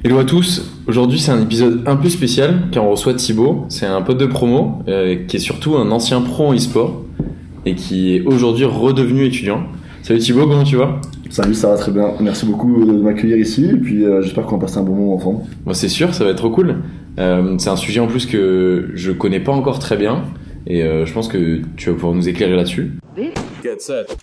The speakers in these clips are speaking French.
Hello à tous, aujourd'hui c'est un épisode un peu spécial car on reçoit Thibaut, c'est un pote de promo qui est surtout un ancien pro en e-sport et qui est aujourd'hui redevenu étudiant. Salut Thibaut, comment tu vas ? Salut, ça va très bien, merci beaucoup de m'accueillir ici et puis j'espère qu'on va passer un bon moment ensemble. Bon, c'est sûr, ça va être trop cool. C'est un sujet en plus que je connais pas encore très bien et je pense que tu vas pouvoir nous éclairer là-dessus. Get set.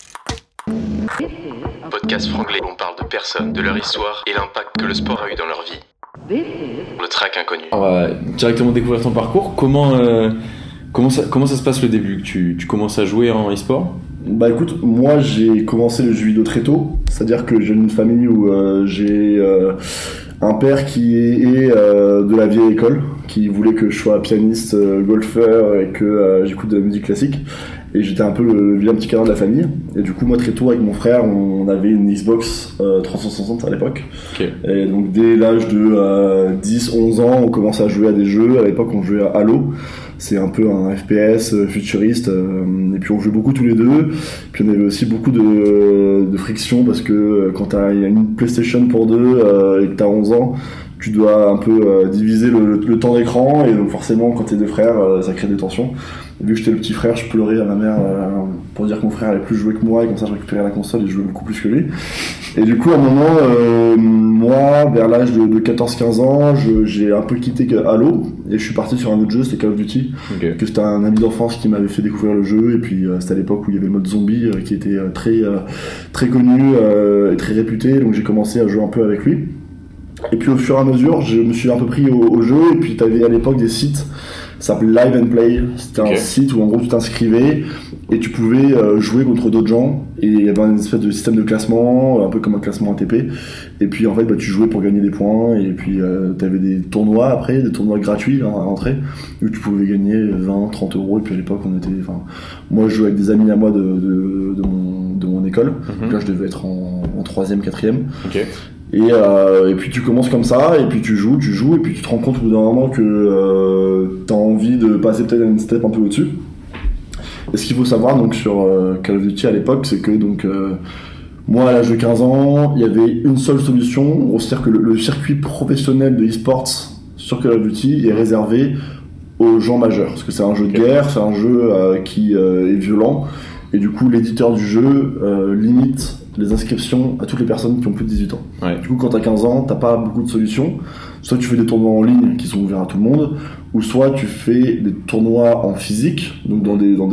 Podcast franglais, on parle de personnes, de leur histoire et l'impact que le sport a eu dans leur vie. Le track inconnu. On va directement découvrir ton parcours. Comment ça se passe le début ? Tu commences à jouer en e-sport ? Bah écoute, moi j'ai commencé le jeu vidéo très tôt, c'est-à-dire que j'ai une famille où j'ai un père qui est de la vieille école, qui voulait que je sois pianiste, golfeur et que j'écoute de la musique classique. Et j'étais un peu le vilain petit canard de la famille. Et du coup, moi, très tôt, avec mon frère, on avait une Xbox 360 à l'époque. Okay. Et donc, dès l'âge de 10-11 ans, on commençait à jouer à des jeux. À l'époque, on jouait à Halo. C'est un peu un FPS futuriste. Et puis, on jouait beaucoup tous les deux. Puis, on avait aussi beaucoup de friction parce que quand t'as une PlayStation pour deux et que t'as 11 ans, tu dois un peu diviser le temps d'écran. Et donc, forcément, quand t'es deux frères, ça crée des tensions. Vu que j'étais le petit frère, je pleurais à ma mère pour dire que mon frère allait plus jouer que moi et comme ça je récupérais la console et je jouais beaucoup plus que lui. Et du coup à un moment, moi vers l'âge de 14-15 ans, j'ai un peu quitté Halo et je suis parti sur un autre jeu, c'était Call of Duty. Okay. Que c'était un ami d'enfance qui m'avait fait découvrir le jeu et puis c'était à l'époque où il y avait le mode zombie qui était très connu et très réputé, donc j'ai commencé à jouer un peu avec lui. Et puis au fur et à mesure, je me suis un peu pris au jeu et puis t'avais à l'époque des sites. Ça s'appelait Live and Play, c'était un site où en gros tu t'inscrivais et tu pouvais jouer contre d'autres gens et il y avait une espèce de système de classement, un peu comme un classement ATP et puis en fait tu jouais pour gagner des points et puis t'avais des tournois après, des tournois gratuits à rentrer où tu pouvais gagner 20-30 euros et puis à l'époque moi je jouais avec des amis à moi de mon école, donc là je devais être en 3e, 4e. Okay. Et puis tu commences comme ça, et puis tu joues, et puis tu te rends compte au bout d'un moment que t'as envie de passer peut-être une step un peu au-dessus. Et ce qu'il faut savoir donc sur Call of Duty à l'époque, c'est que donc moi à l'âge de 15 ans, il y avait une seule solution, c'est-à-dire que le circuit professionnel de e-sports sur Call of Duty est réservé aux gens majeurs, parce que c'est un jeu de guerre, c'est un jeu qui est violent, et du coup l'éditeur du jeu limite les inscriptions à toutes les personnes qui ont plus de 18 ans. Ouais. Du coup, quand t'as 15 ans, t'as pas beaucoup de solutions. Soit tu fais des tournois en ligne qui sont ouverts à tout le monde, ou soit tu fais des tournois en physique, donc dans des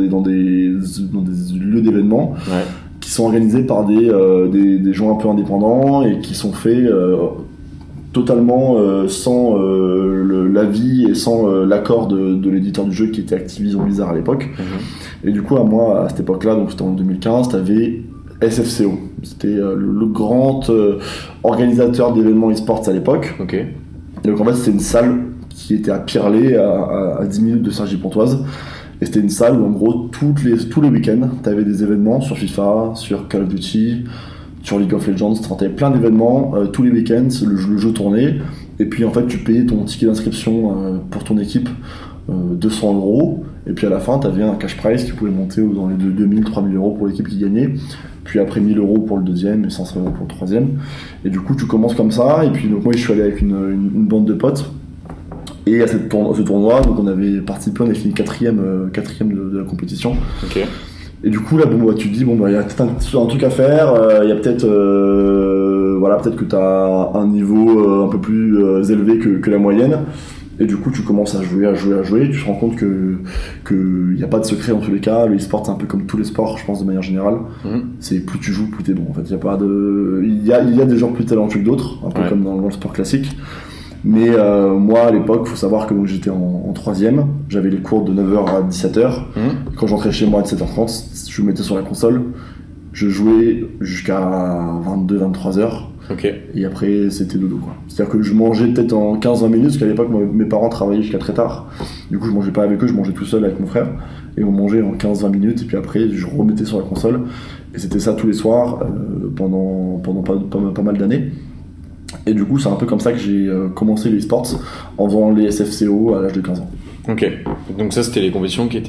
lieux d'événements, qui sont organisés par des gens un peu indépendants et qui sont faits totalement sans l'avis et sans l'accord de l'éditeur du jeu qui était Activision Blizzard à l'époque. Et du coup, à cette époque-là, donc c'était en 2015, t'avais SFCO, c'était le grand organisateur d'événements e-sports à l'époque. Okay. Et donc en fait c'était une salle qui était à Pierrelet, à 10 minutes de Cergy-Pontoise. Et c'était une salle où en gros tous les week-ends t'avais des événements sur FIFA, sur Call of Duty, sur League of Legends, t'avais plein d'événements tous les week-ends, le jeu tournait. Et puis en fait tu payais ton ticket d'inscription pour ton équipe 200 €. Et puis à la fin t'avais un cash prize qui pouvait monter dans les 2000-3000 € pour l'équipe qui gagnait. Puis après 1000 € pour le deuxième et 500 € pour le troisième. Et du coup, tu commences comme ça. Et puis donc moi, je suis allé avec une bande de potes. Et à ce tournoi, donc on avait participé, on a fini quatrième de la compétition. Okay. Et du coup là, tu te dis il y a peut-être un truc à faire. Il y a peut-être peut-être que t'as un niveau un peu plus élevé que la moyenne. Et du coup, tu commences à jouer, tu te rends compte que y a pas de secret dans tous les cas. Le e-sport, c'est un peu comme tous les sports, je pense, de manière générale. C'est plus tu joues, plus t'es bon. En fait, il y a des gens plus talentueux que d'autres, un peu comme dans le sport classique. Mais moi, à l'époque, faut savoir que donc, j'étais en 3e, j'avais les cours de 9h à 17h. Quand j'entrais chez moi à 17h30, je me mettais sur la console, je jouais jusqu'à 22-23h. Okay. Et après c'était dodo quoi. C'est-à-dire que je mangeais peut-être en 15-20 minutes parce qu'à l'époque mes parents travaillaient jusqu'à très tard. Du coup je mangeais pas avec eux, je mangeais tout seul avec mon frère. Et on mangeait en 15-20 minutes et puis après je remettais sur la console. Et c'était ça tous les soirs pendant pas mal d'années. Et du coup c'est un peu comme ça que j'ai commencé les e-sports en faisant les SFCO à l'âge de 15 ans. Ok, donc ça c'était les compétitions qui étaient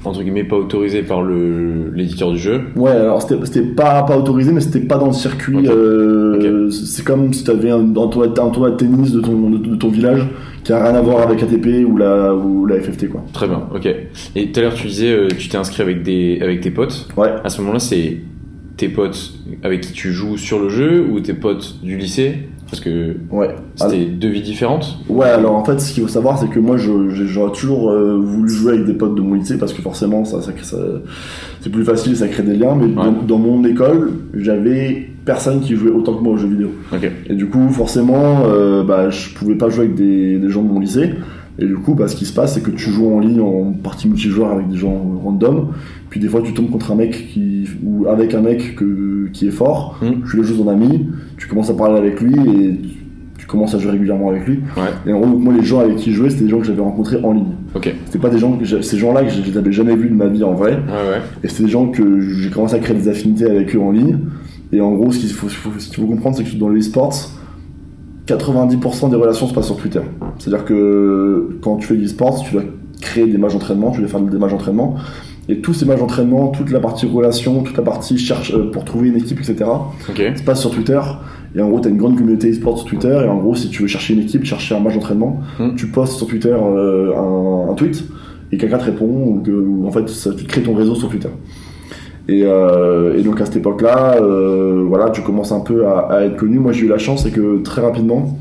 entre guillemets pas autorisé par l'éditeur du jeu. Ouais, alors c'était pas autorisé, mais c'était pas dans le circuit. Okay. C'est comme si tu avais un tournoi de tennis de ton village qui a rien à voir avec ATP ou la FFT, quoi. Très bien, ok. Et tout à l'heure tu disais tu t'es inscrit avec tes potes. Ouais. À ce moment-là, c'est tes potes avec qui tu joues sur le jeu ou tes potes du lycée? Parce que c'était deux vies différentes. Ouais, alors en fait, ce qu'il faut savoir, c'est que moi, j'aurais toujours voulu jouer avec des potes de mon lycée parce que forcément, ça c'est plus facile, ça crée des liens. Mais dans mon école, j'avais personne qui jouait autant que moi aux jeux vidéo. Okay. Et du coup, forcément, je pouvais pas jouer avec des gens de mon lycée. Et du coup, ce qui se passe, c'est que tu joues en ligne en partie multijoueur avec des gens random. Puis des fois, tu tombes contre un mec ou avec un mec qui est fort. Tu le joues en ami, tu commences à parler avec lui et tu commences à jouer régulièrement avec lui. Ouais. Et en gros, moi, les gens avec qui je jouais, c'était des gens que j'avais rencontrés en ligne. Okay. C'était pas ces gens-là que je les avais jamais vus de ma vie en vrai. Ouais. Et c'était des gens que j'ai commencé à créer des affinités avec eux en ligne. Et en gros, ce qu'il faut comprendre, c'est que dans le e-sports, 90% des relations se passent sur Twitter. C'est-à-dire que quand tu fais du e-sport, tu dois créer des matchs d'entraînement, tu dois faire des matchs d'entraînement. Et tous ces matchs d'entraînement, toute la partie relation, toute la partie cherche pour trouver une équipe, etc. Okay. se passe sur Twitter. Et en gros, tu as une grande communauté e-sport sur Twitter. Et en gros, si tu veux chercher une équipe, chercher un match d'entraînement, tu postes sur Twitter un tweet et quelqu'un te répond. Ou en fait, tu crées ton réseau sur Twitter. Et donc à cette époque-là, tu commences un peu à être connu. Moi, j'ai eu la chance, c'est que très rapidement,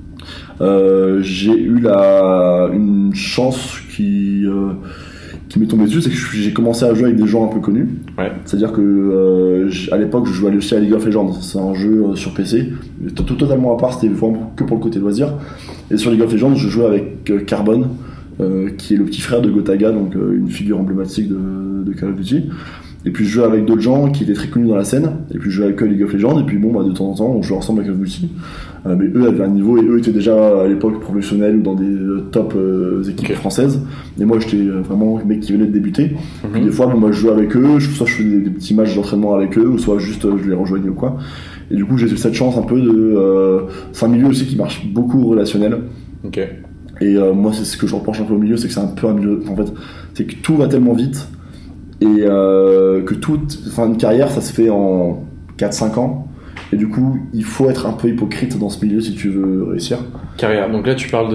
j'ai eu une chance qui m'est tombée dessus, c'est que j'ai commencé à jouer avec des gens un peu connus. Ouais. C'est-à-dire que à l'époque, je jouais aussi à League of Legends. C'est un jeu sur PC, totalement à part. C'était vraiment que pour le côté loisir. Et sur League of Legends, je jouais avec Carbone, qui est le petit frère de Gotaga, donc une figure emblématique de Call of Duty. Et puis je jouais avec d'autres gens qui étaient très connus dans la scène, et puis je jouais avec eux à League of Legends, et puis de temps en temps on jouait ensemble à Call of Duty. Mais eux avaient un niveau, et eux étaient déjà à l'époque professionnels ou dans des top équipes françaises. Et moi j'étais vraiment le mec qui venait de débuter. Puis des fois je jouais avec eux, soit je faisais des petits matchs d'entraînement avec eux, ou soit juste je les rejoignais ou quoi. Et du coup j'ai eu cette chance un peu c'est un milieu aussi qui marche beaucoup relationnel. Okay. Et moi c'est ce que je reproche un peu au milieu, c'est que c'est un peu un milieu, en fait, c'est que tout va tellement vite. Et que une carrière ça se fait en 4-5 ans, et du coup il faut être un peu hypocrite dans ce milieu si tu veux réussir. Carrière, donc là tu parles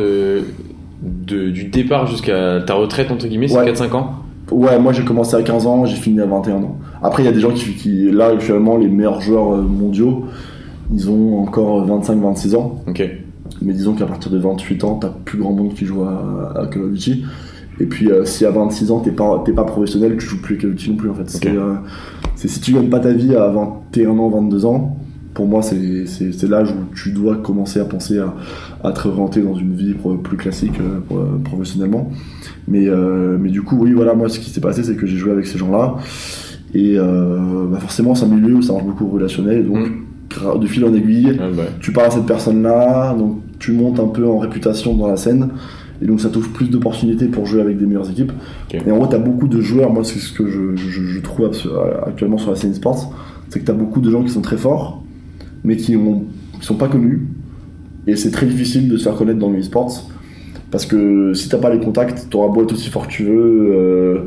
du départ jusqu'à ta retraite entre guillemets, c'est 4-5 ans. Ouais, moi j'ai commencé à 15 ans, j'ai fini à 21 ans. Après il y a des gens qui là actuellement les meilleurs joueurs mondiaux, ils ont encore 25-26 ans. Ok. Mais disons qu'à partir de 28 ans t'as plus grand monde qui joue à Call of Duty. Et puis si à 26 ans t'es pas professionnel, tu joues plus à Call of Duty non plus en fait. Okay. C'est si tu gagnes pas ta vie à 21 ans, 22 ans, pour moi c'est l'âge où tu dois commencer à penser à te réorienter dans une vie plus classique professionnellement. Mais du coup oui, voilà, moi ce qui s'est passé c'est que j'ai joué avec ces gens-là, et forcément c'est un milieu où ça marche beaucoup relationnel, donc de fil en aiguille, tu parles à cette personne-là, donc tu montes un peu en réputation dans la scène. Et donc ça t'ouvre plus d'opportunités pour jouer avec des meilleures équipes. Okay. Et en gros t'as beaucoup de joueurs, moi c'est ce que je trouve actuellement sur la scène e-sports, c'est que t'as beaucoup de gens qui sont très forts, mais qui sont pas connus. Et c'est très difficile de se faire connaître dans le e-sports, parce que si t'as pas les contacts, t'auras beau être aussi fort que tu veux,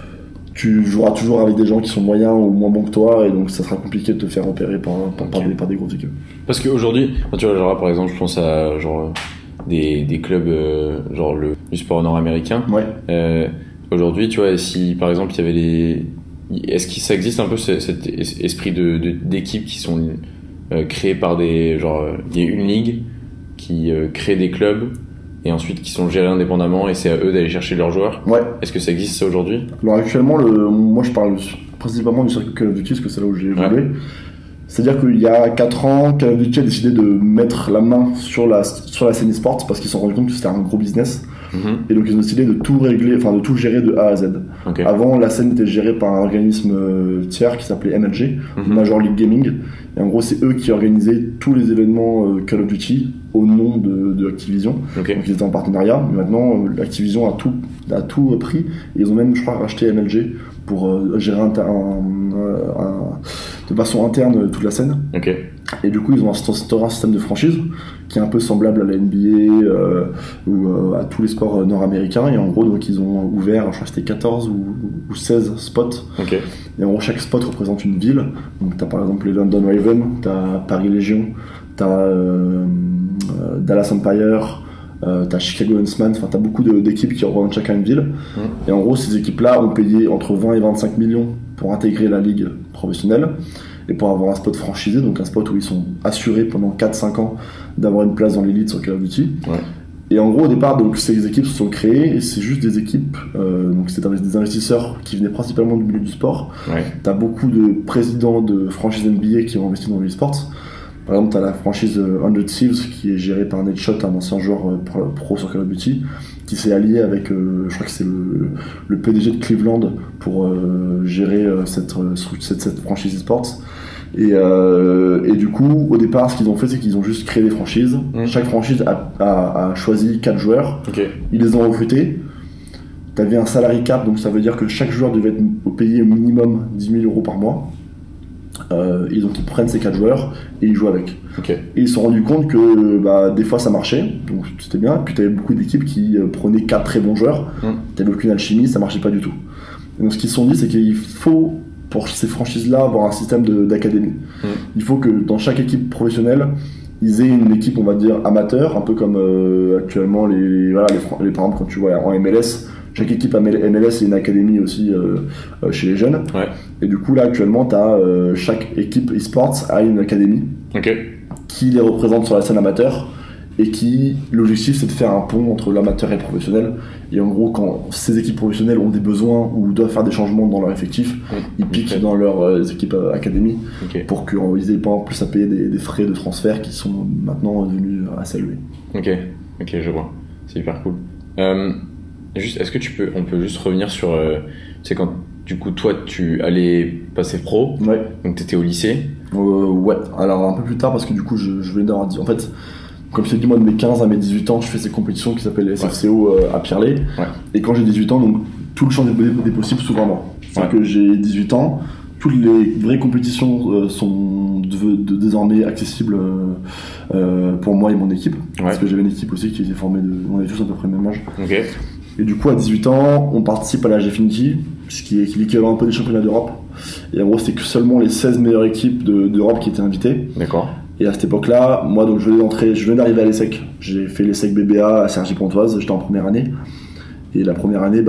tu joueras toujours avec des gens qui sont moyens ou moins bons que toi, et donc ça sera compliqué de te faire repérer par des grosses équipes. Parce qu'aujourd'hui, tu vois, genre, par exemple je pense à des clubs du sport nord-américain. Ouais. Aujourd'hui, tu vois, si par exemple il y avait est-ce que ça existe un peu cet esprit d'équipe qui sont créés par il y a une ligue qui crée des clubs et ensuite qui sont gérés indépendamment, et c'est à eux d'aller chercher leurs joueurs. Ouais. Est-ce que ça existe ça aujourd'hui? Alors actuellement, moi je parle principalement du circuit Call of Duty, parce que c'est là où j'ai évolué. Ouais. C'est-à-dire qu'il y a 4 ans, Call of Duty a décidé de mettre la main sur la scène e-sport, parce qu'ils se sont rendus compte que c'était un gros business. Et donc ils ont décidé de tout régler, de tout gérer de A à Z. Okay. Avant, la scène était gérée par un organisme tiers qui s'appelait MLG, Major League Gaming. Et en gros, c'est eux qui organisaient tous les événements Call of Duty au nom de Activision. Okay. Donc ils étaient en partenariat. Mais maintenant, Activision a tout pris. Et ils ont même, je crois, racheté MLG pour gérer de façon interne toute la scène. Okay. Et du coup, ils ont instauré un système de franchise qui est un peu semblable à la NBA ou à tous les sports nord-américains. Et en gros, donc, ils ont ouvert, je crois que c'était 14 ou 16 spots. Okay. Et en gros, chaque spot représente une ville. Donc, tu as par exemple les London Ravens, tu as Paris Légion, tu as Dallas Empire, tu as Chicago Huntsman. Enfin, tu as beaucoup d'équipes qui représentent chacun une ville. Et en gros, ces équipes-là ont payé entre 20 et 25 millions pour intégrer la ligue professionnelle. Et pour avoir un spot franchisé, donc un spot où ils sont assurés pendant 4-5 ans d'avoir une place dans l'élite sur Call of Duty. Ouais. Et en gros, au départ, donc, ces équipes se sont créées et c'est juste des équipes, donc c'est des investisseurs qui venaient principalement du milieu du sport. Ouais. Tu as beaucoup de présidents de franchises NBA qui ont investi dans l'e-sport. Par exemple, tu as la franchise 100 Thieves qui est gérée par Nate Shot, un ancien joueur pro sur Call of Duty, qui s'est allié avec, je crois que c'est le PDG de Cleveland pour gérer cette franchise e-sports. Et du coup, au départ, ce qu'ils ont fait, c'est qu'ils ont juste créé des franchises. Chaque franchise a choisi 4 joueurs. Okay. Ils les ont recrutés. Tu avais un salary cap, donc ça veut dire que chaque joueur devait être payé au minimum 10 000 euros par mois. Et donc ils prennent ces 4 joueurs et ils jouent avec. Okay. Et ils se sont rendus compte que des fois ça marchait, donc c'était bien. Puis tu avais beaucoup d'équipes qui prenaient 4 très bons joueurs. Tu n'avais aucune alchimie, ça marchait pas du tout. Et donc ce qu'ils se sont dit, c'est qu'il faut pour ces franchises-là avoir un système d'académie. Il faut que dans chaque équipe professionnelle, ils aient une équipe, on va dire, amateur, un peu comme actuellement par exemple quand tu vois en MLS, chaque équipe MLS est une académie aussi chez les jeunes. Ouais. Et du coup là actuellement chaque équipe e-sports a une académie qui les représente sur la scène amateur et l'objectif c'est de faire un pont entre l'amateur et le professionnel. Et en gros, quand ces équipes professionnelles ont des besoins ou doivent faire des changements dans leur effectif, ils piquent dans leurs équipes académies pour qu'ils n'aient pas en plus à payer des frais de transfert qui sont maintenant devenus assez élevés. Ok, je vois. C'est hyper cool. Juste, on peut juste revenir sur, tu sais, quand du coup toi tu allais passer pro, donc tu étais au lycée. Ouais, alors un peu plus tard parce que du coup je venais d'avoir dit, en fait, comme je t'ai dit, moi de mes 15 à mes 18 ans, je fais ces compétitions qui s'appellent SFCO à Pierrelet. Ouais. Et quand j'ai 18 ans, donc tout le champ des possibles s'ouvre à moi. C'est-à-dire que j'ai 18 ans, toutes les vraies compétitions sont désormais accessibles pour moi et mon équipe. Parce que j'avais une équipe aussi qui était formée on avait tous à peu près le même âge. Et du coup, à 18 ans, on participe à la Gfinity, ce qui est l'équivalent un peu des championnats d'Europe. Et en gros, c'était que seulement les 16 meilleures équipes d'Europe qui étaient invitées. D'accord. Et à cette époque-là, moi, donc je venais d'arriver à l'ESSEC. J'ai fait l'ESSEC BBA à Cergy-Pontoise, j'étais en première année. Et la première année,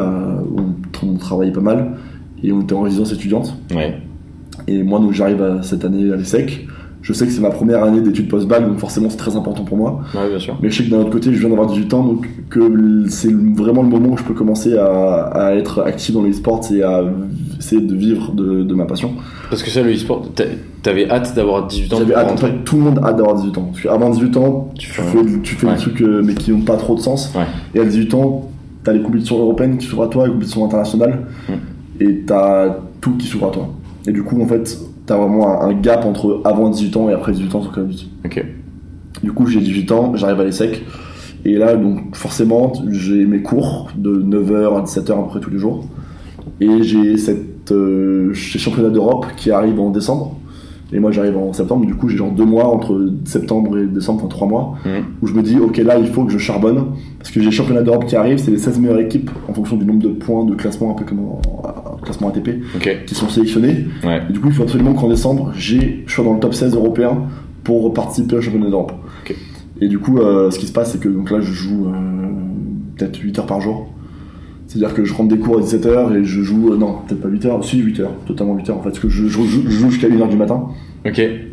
on travaillait pas mal et on était en résidence étudiante. Ouais. Et moi, donc j'arrive cette année à l'ESSEC. Je sais que c'est ma première année d'études post-bac, donc forcément c'est très important pour moi. Ouais, bien sûr. Mais je sais que d'un autre côté, je viens d'avoir 18 ans, donc que c'est vraiment le moment où je peux commencer à être actif dans les sports et à essayer de vivre de ma passion. Parce que ça, le e-sport, t'avais hâte d'avoir 18 ans. J'avais hâte, en fait, tout le monde a hâte d'avoir 18 ans. Parce qu'avant 18 ans, tu fais des trucs mais qui n'ont pas trop de sens. Ouais. Et à 18 ans, t'as les compétitions européennes qui s'ouvrent à toi, les compétitions internationales, et t'as tout qui s'ouvre à toi. Et du coup, en fait, t'as vraiment un gap entre avant 18 ans et après 18 ans sur Call of Duty. Ok. Du coup, j'ai 18 ans, j'arrive à l'ESSEC. Et là, donc, forcément, j'ai mes cours de 9h à 17h à peu près tous les jours. Et j'ai ces championnats d'Europe qui arrivent en décembre. Et moi, j'arrive en septembre. Du coup, j'ai genre 2 mois entre septembre et décembre, enfin 3 mois, où je me dis, ok, là, il faut que je charbonne. Parce que j'ai les championnats d'Europe qui arrivent, c'est les 16 meilleures équipes en fonction du nombre de points de classement, un peu comme un classement ATP, qui sont sélectionnés. Ouais. Et du coup, il faut absolument qu'en décembre, je sois dans le top 16 européen pour participer au championnat d'Europe. Okay. Et du coup, ce qui se passe, c'est que donc là, je joue peut-être 8 heures par jour. C'est-à-dire que je rentre des cours à 17h et je joue, non, peut-être pas 8h, si 8h, totalement 8h en fait, parce que je joue jusqu'à 1h du matin. Ok.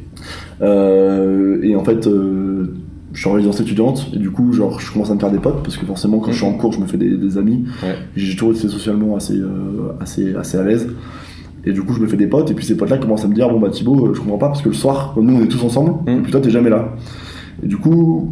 Et en fait, je suis en résidence étudiante et du coup, genre, je commence à me faire des potes parce que forcément, quand je suis en cours, je me fais des amis. Ouais. Et j'ai toujours été socialement assez à l'aise. Et du coup, je me fais des potes et puis ces potes-là commencent à me dire, bon bah Thibaut, je comprends pas parce que le soir, nous on est tous ensemble, et puis toi t'es jamais là. Et du coup,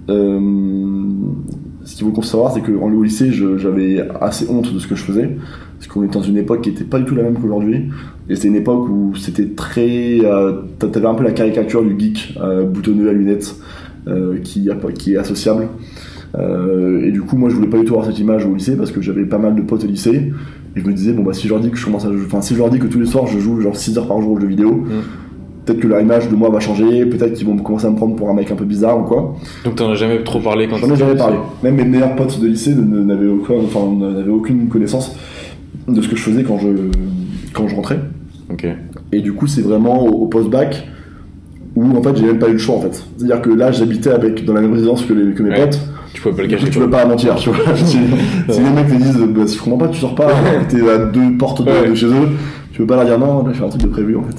ce qu'il faut savoir, c'est qu'au lycée, j'avais assez honte de ce que je faisais, parce qu'on était dans une époque qui était pas du tout la même qu'aujourd'hui, et c'était une époque où c'était très... t'avais un peu la caricature du geek boutonneux à lunettes, qui est associable, et du coup, moi, je voulais pas du tout avoir cette image au lycée, parce que j'avais pas mal de potes au lycée, et je me disais, bon bah si je leur dis que je commence à jouer, enfin si je leur dis que tous les soirs je joue genre 6 heures par jour aux jeux vidéo, peut-être que leur image de moi va changer, peut-être qu'ils vont commencer à me prendre pour un mec un peu bizarre ou quoi. Donc t'en as jamais trop parlé quand J'en ai jamais parlé. Même mes meilleurs potes de lycée n'avaient aucune connaissance de ce que je faisais quand je rentrais. Ok. Et du coup, c'est vraiment au post-bac où en fait j'ai même pas eu le choix en fait. C'est-à-dire que là, j'habitais dans la même résidence que mes potes. Tu pouvais pas le cacher. Tu peux pas mentir, tu vois. Si les mecs te disent, bah, je comprends pas, tu sors pas, t'es à 2 portes de chez eux, tu peux pas leur dire non, là, je fais un truc de prévu en fait.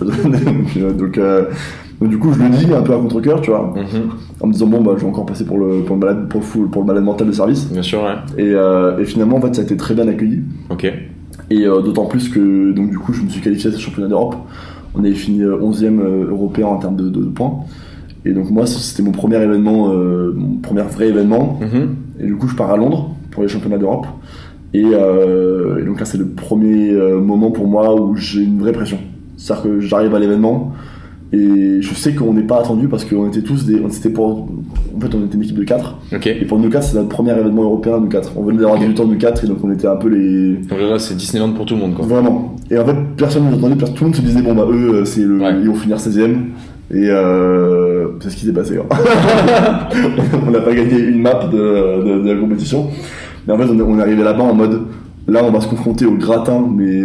Donc du coup, je le dis un peu à contre-cœur, tu vois, en me disant bon, bah, je vais encore passer pour le malade mental de service. Bien sûr, ouais. Et finalement, en fait, ça a été très bien accueilli. Ok. Et d'autant plus que, donc du coup, je me suis qualifié à ce championnat d'Europe. On avait fini 11e européen en termes de points. Et donc moi, c'était mon premier événement, mon premier vrai événement. Et du coup, je pars à Londres pour les championnats d'Europe. Et donc là, c'est le premier moment pour moi où j'ai une vraie pression. C'est-à-dire que j'arrive à l'événement et je sais qu'on n'est pas attendu parce qu'on était tous on était une équipe de 4. Okay. Et pour nous 4, c'est notre premier événement européen, nous 4. On venait d'avoir 18 ans, nous 4, et donc on était un peu les... Donc là, c'est Disneyland pour tout le monde, quoi. Vraiment. Et en fait, personne ne nous entendait, tout le monde se disait, bon bah eux, ils vont finir 16e. Et c'est ce qui s'est passé. On n'a pas gagné une map de la compétition. Mais en fait, on est arrivé là-bas en mode, là on va se confronter au gratin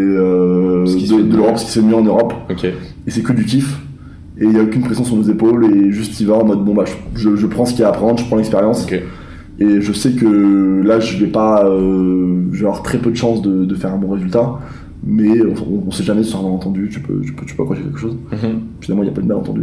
de l'Europe, ce qui se fait mieux en Europe. Okay. Et c'est que du kiff. Et il n'y a aucune pression sur nos épaules. Et juste y va en mode, bon bah je prends ce qu'il y a à apprendre, je prends l'expérience. Okay. Et je sais que là je vais avoir très peu de chances de faire un bon résultat. Mais on sait jamais si on a entendu, tu peux accrocher quelque chose. Finalement, il n'y a pas de malentendu.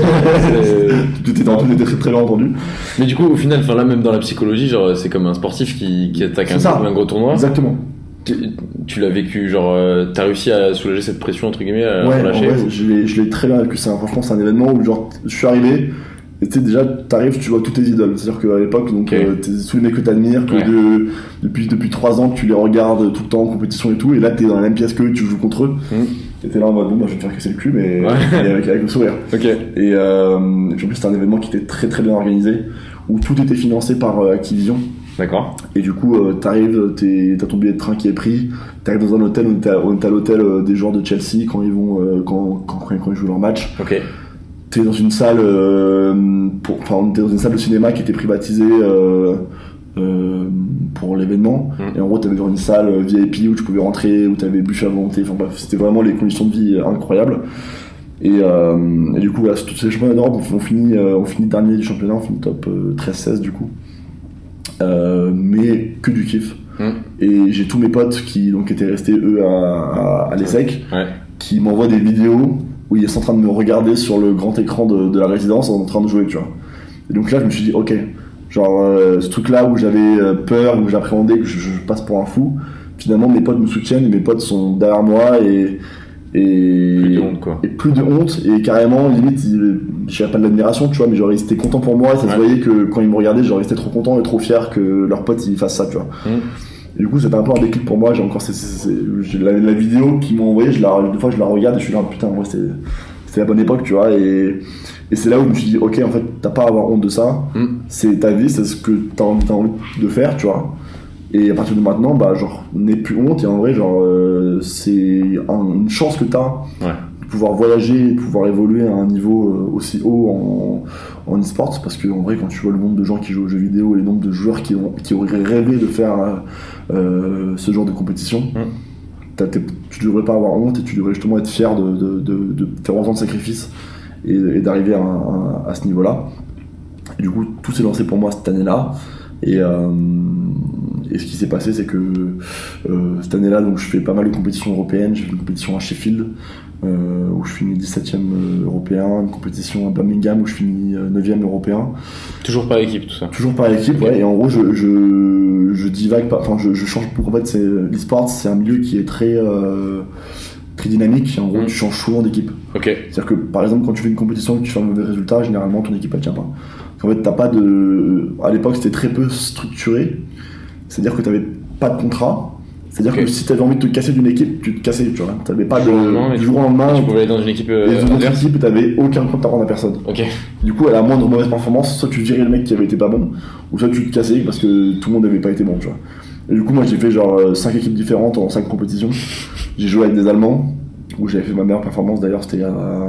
Tout était très très bien entendu. Mais du coup, au final, là, même dans la psychologie, genre, c'est comme un sportif qui attaque un gros tournoi. Exactement. Tu l'as vécu, genre, t'as réussi à soulager cette pression, entre guillemets, à relâcher. Ouais, je l'ai très bien vécu. Franchement, c'est un événement où, genre, je suis arrivé. Et tu sais, déjà, t'arrives, tu vois toutes tes idoles. C'est-à-dire qu'à l'époque, donc, tous les mecs que t'admires, depuis 3 ans que tu les regardes tout le temps en compétition et tout, et là, t'es dans la même pièce qu'eux, tu joues contre eux. Et t'es là en mode, bon, bah, je vais me faire casser le cul, mais avec le sourire. Okay. Et puis en plus, c'était un événement qui était très très bien organisé, où tout était financé par Activision. D'accord. Et du coup, t'arrives, t'as ton billet de train qui est pris, t'arrives dans un hôtel, on est à l'hôtel des joueurs de Chelsea quand ils jouent leur match. Ok. T'es dans une salle t'es dans une salle de cinéma qui était privatisée pour l'événement, et en gros t'avais genre une salle VIP où tu pouvais rentrer, où t'avais bûche à volonté, enfin bref, c'était vraiment les conditions de vie incroyables. Et du coup voilà, tous ces championnats d'Europe on finit dernier du championnat, on finit top 13-16 du coup, mais que du kiff. Et j'ai tous mes potes qui donc étaient restés eux à l'ESSEC, qui m'envoient des vidéos où ils sont en train de me regarder sur le grand écran de la résidence en train de jouer, tu vois. Et donc là je me suis dit ok, genre ce truc là où j'avais peur, où j'appréhendais que je passe pour un fou, finalement mes potes me soutiennent et mes potes sont derrière moi et plus de honte, quoi. Et plus de honte, et carrément limite je dirais pas de l'admiration, tu vois, mais genre ils étaient contents pour moi, et ça se voyait que quand ils me regardaient genre ils étaient trop contents et trop fiers que leurs potes ils fassent ça, tu vois. Et du coup c'était un peu un déclic pour moi. J'ai encore j'ai la vidéo qu'ils m'ont envoyée, des fois je la regarde et je suis là putain, ouais, c'était la bonne époque, tu vois. Et c'est là où je me suis dit ok, en fait t'as pas à avoir honte de ça, c'est ta vie, c'est ce que t'as envie de faire, tu vois. Et à partir de maintenant, bah genre n'aie plus honte, et en vrai genre c'est une chance que t'as de pouvoir voyager, de pouvoir évoluer à un niveau aussi haut en e-sport, parce que en vrai quand tu vois le nombre de gens qui jouent aux jeux vidéo et le nombre de joueurs qui auraient rêvé de faire ce genre de compétition, tu devrais pas avoir honte, et tu devrais justement être fier de faire autant de sacrifices et d'arriver à ce niveau-là. Et du coup tout s'est lancé pour moi cette année-là. Et ce qui s'est passé, c'est que cette année-là, donc, je fais pas mal de compétitions européennes. J'ai fait une compétition à Sheffield où je finis 17e européen, une compétition à Birmingham où je finis 9e européen. Toujours par équipe, tout ça. Toujours par équipe, ouais. Et en gros, je divague pas, enfin, je change beaucoup. En fait, l'e-sport, c'est un milieu qui est très dynamique. Et en gros, tu changes souvent d'équipe. Okay. C'est-à-dire que, par exemple, quand tu fais une compétition et que tu fais un mauvais résultat, généralement, ton équipe, elle tient pas. En fait, à l'époque, c'était très peu structuré. C'est-à-dire que t'avais pas de contrat. C'est-à-dire que si t'avais envie de te casser d'une équipe, tu te cassais, tu vois. T'avais pas du jour au lendemain. Tu pouvais aller dans une équipe les autres équipes, t'avais aucun compte à rendre à personne. Okay. Du coup, à la moindre mauvaise performance, soit tu virais le mec qui avait été pas bon, ou soit tu te cassais parce que tout le monde n'avait pas été bon, tu vois. Et du coup, moi, j'ai fait genre 5 équipes différentes en 5 compétitions. J'ai joué avec des Allemands, où j'avais fait ma meilleure performance d'ailleurs, c'était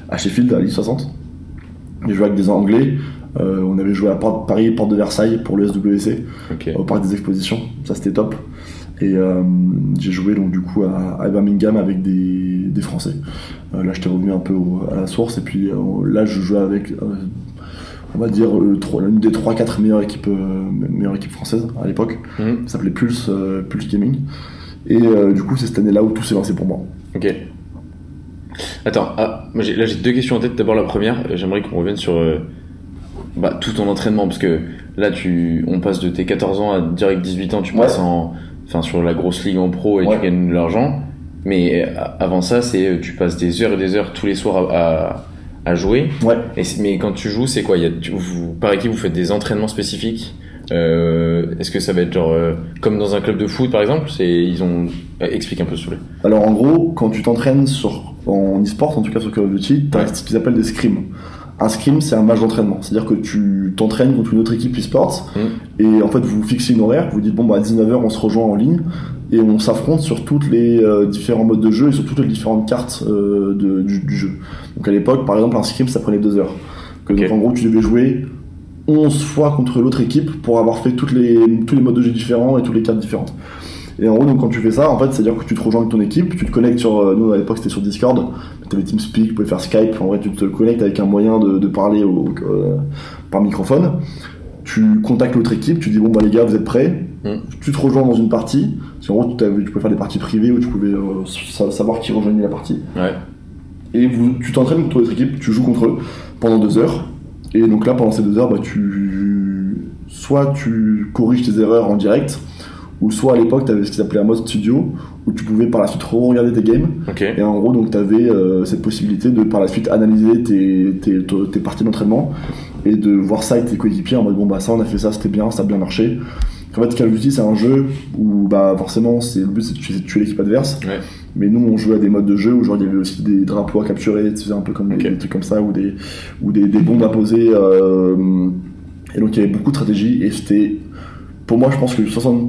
à Sheffield, à l'I60. J'ai joué avec des Anglais. On avait joué à Paris, Porte de Versailles pour le SWC, au Parc des Expositions. Ça, c'était top. Et j'ai joué donc du coup à Birmingham avec des Français. Là, j'étais revenu un peu à la source. Et puis là, je jouais avec, on va dire, l'une des 3-4 meilleures équipes françaises à l'époque. Ça s'appelait Pulse Gaming. Et du coup, c'est cette année-là où tout s'est lancé pour moi. Ok. Attends, là j'ai 2 questions en tête. D'abord la première, j'aimerais qu'on revienne sur tout ton entraînement, parce que là on passe de tes 14 ans à direct 18 ans, tu passes sur la grosse ligue en pro et tu gagnes de l'argent. Mais avant ça, tu passes des heures et des heures tous les soirs à jouer. Ouais. Mais quand tu joues, c'est quoi? Par équipe, vous faites des entraînements spécifiques? Est-ce que ça va être genre comme dans un club de foot par exemple? Explique un peu s'il vous plaît. Alors en gros, quand tu t'entraînes en e-sport, en tout cas sur Call of Duty, tu as ce qu'ils appellent des scrims. Un scrim, c'est un match d'entraînement, c'est-à-dire que tu t'entraînes contre une autre équipe e-sport et en fait vous fixez une horaire, vous dites à 19h on se rejoint en ligne et on s'affronte sur toutes les différents modes de jeu et sur toutes les différentes cartes du jeu. Donc à l'époque, par exemple, un scrim ça prenait 2 heures. Donc en gros, tu devais jouer 11 fois contre l'autre équipe pour avoir fait tous les modes de jeu différents et toutes les cartes différentes. Et en gros, donc, quand tu fais ça, en fait, c'est-à-dire que tu te rejoins avec ton équipe, tu te connectes nous à l'époque c'était sur Discord, tu avais TeamSpeak, tu pouvais faire Skype, en vrai tu te connectes avec un moyen de parler par microphone, tu contactes l'autre équipe, tu dis les gars vous êtes prêts, tu te rejoins dans une partie, parce qu'en gros tu pouvais faire des parties privées où tu pouvais savoir qui rejoignait la partie. Ouais. Et tu t'entraînes contre l'autre équipe, tu joues contre eux pendant 2 heures. Et donc là, pendant ces 2 heures, soit tu corriges tes erreurs en direct, ou soit à l'époque, tu avais ce qu'ils appelaient un mode studio, où tu pouvais par la suite re-regarder tes games. Okay. Et en gros, donc tu avais cette possibilité de par la suite analyser tes parties d'entraînement et de voir ça avec tes coéquipiers en mode ça on a fait ça, c'était bien, ça a bien marché. En fait, Call of Duty, c'est un jeu où forcément, le but c'est de tuer l'équipe adverse. Ouais. Mais nous, on jouait à des modes de jeu où il y avait aussi des drapeaux à capturer, tu sais, un peu comme des trucs comme ça, ou des bombes à poser. Et donc, il y avait beaucoup de stratégie. Et c'était, pour moi, je pense que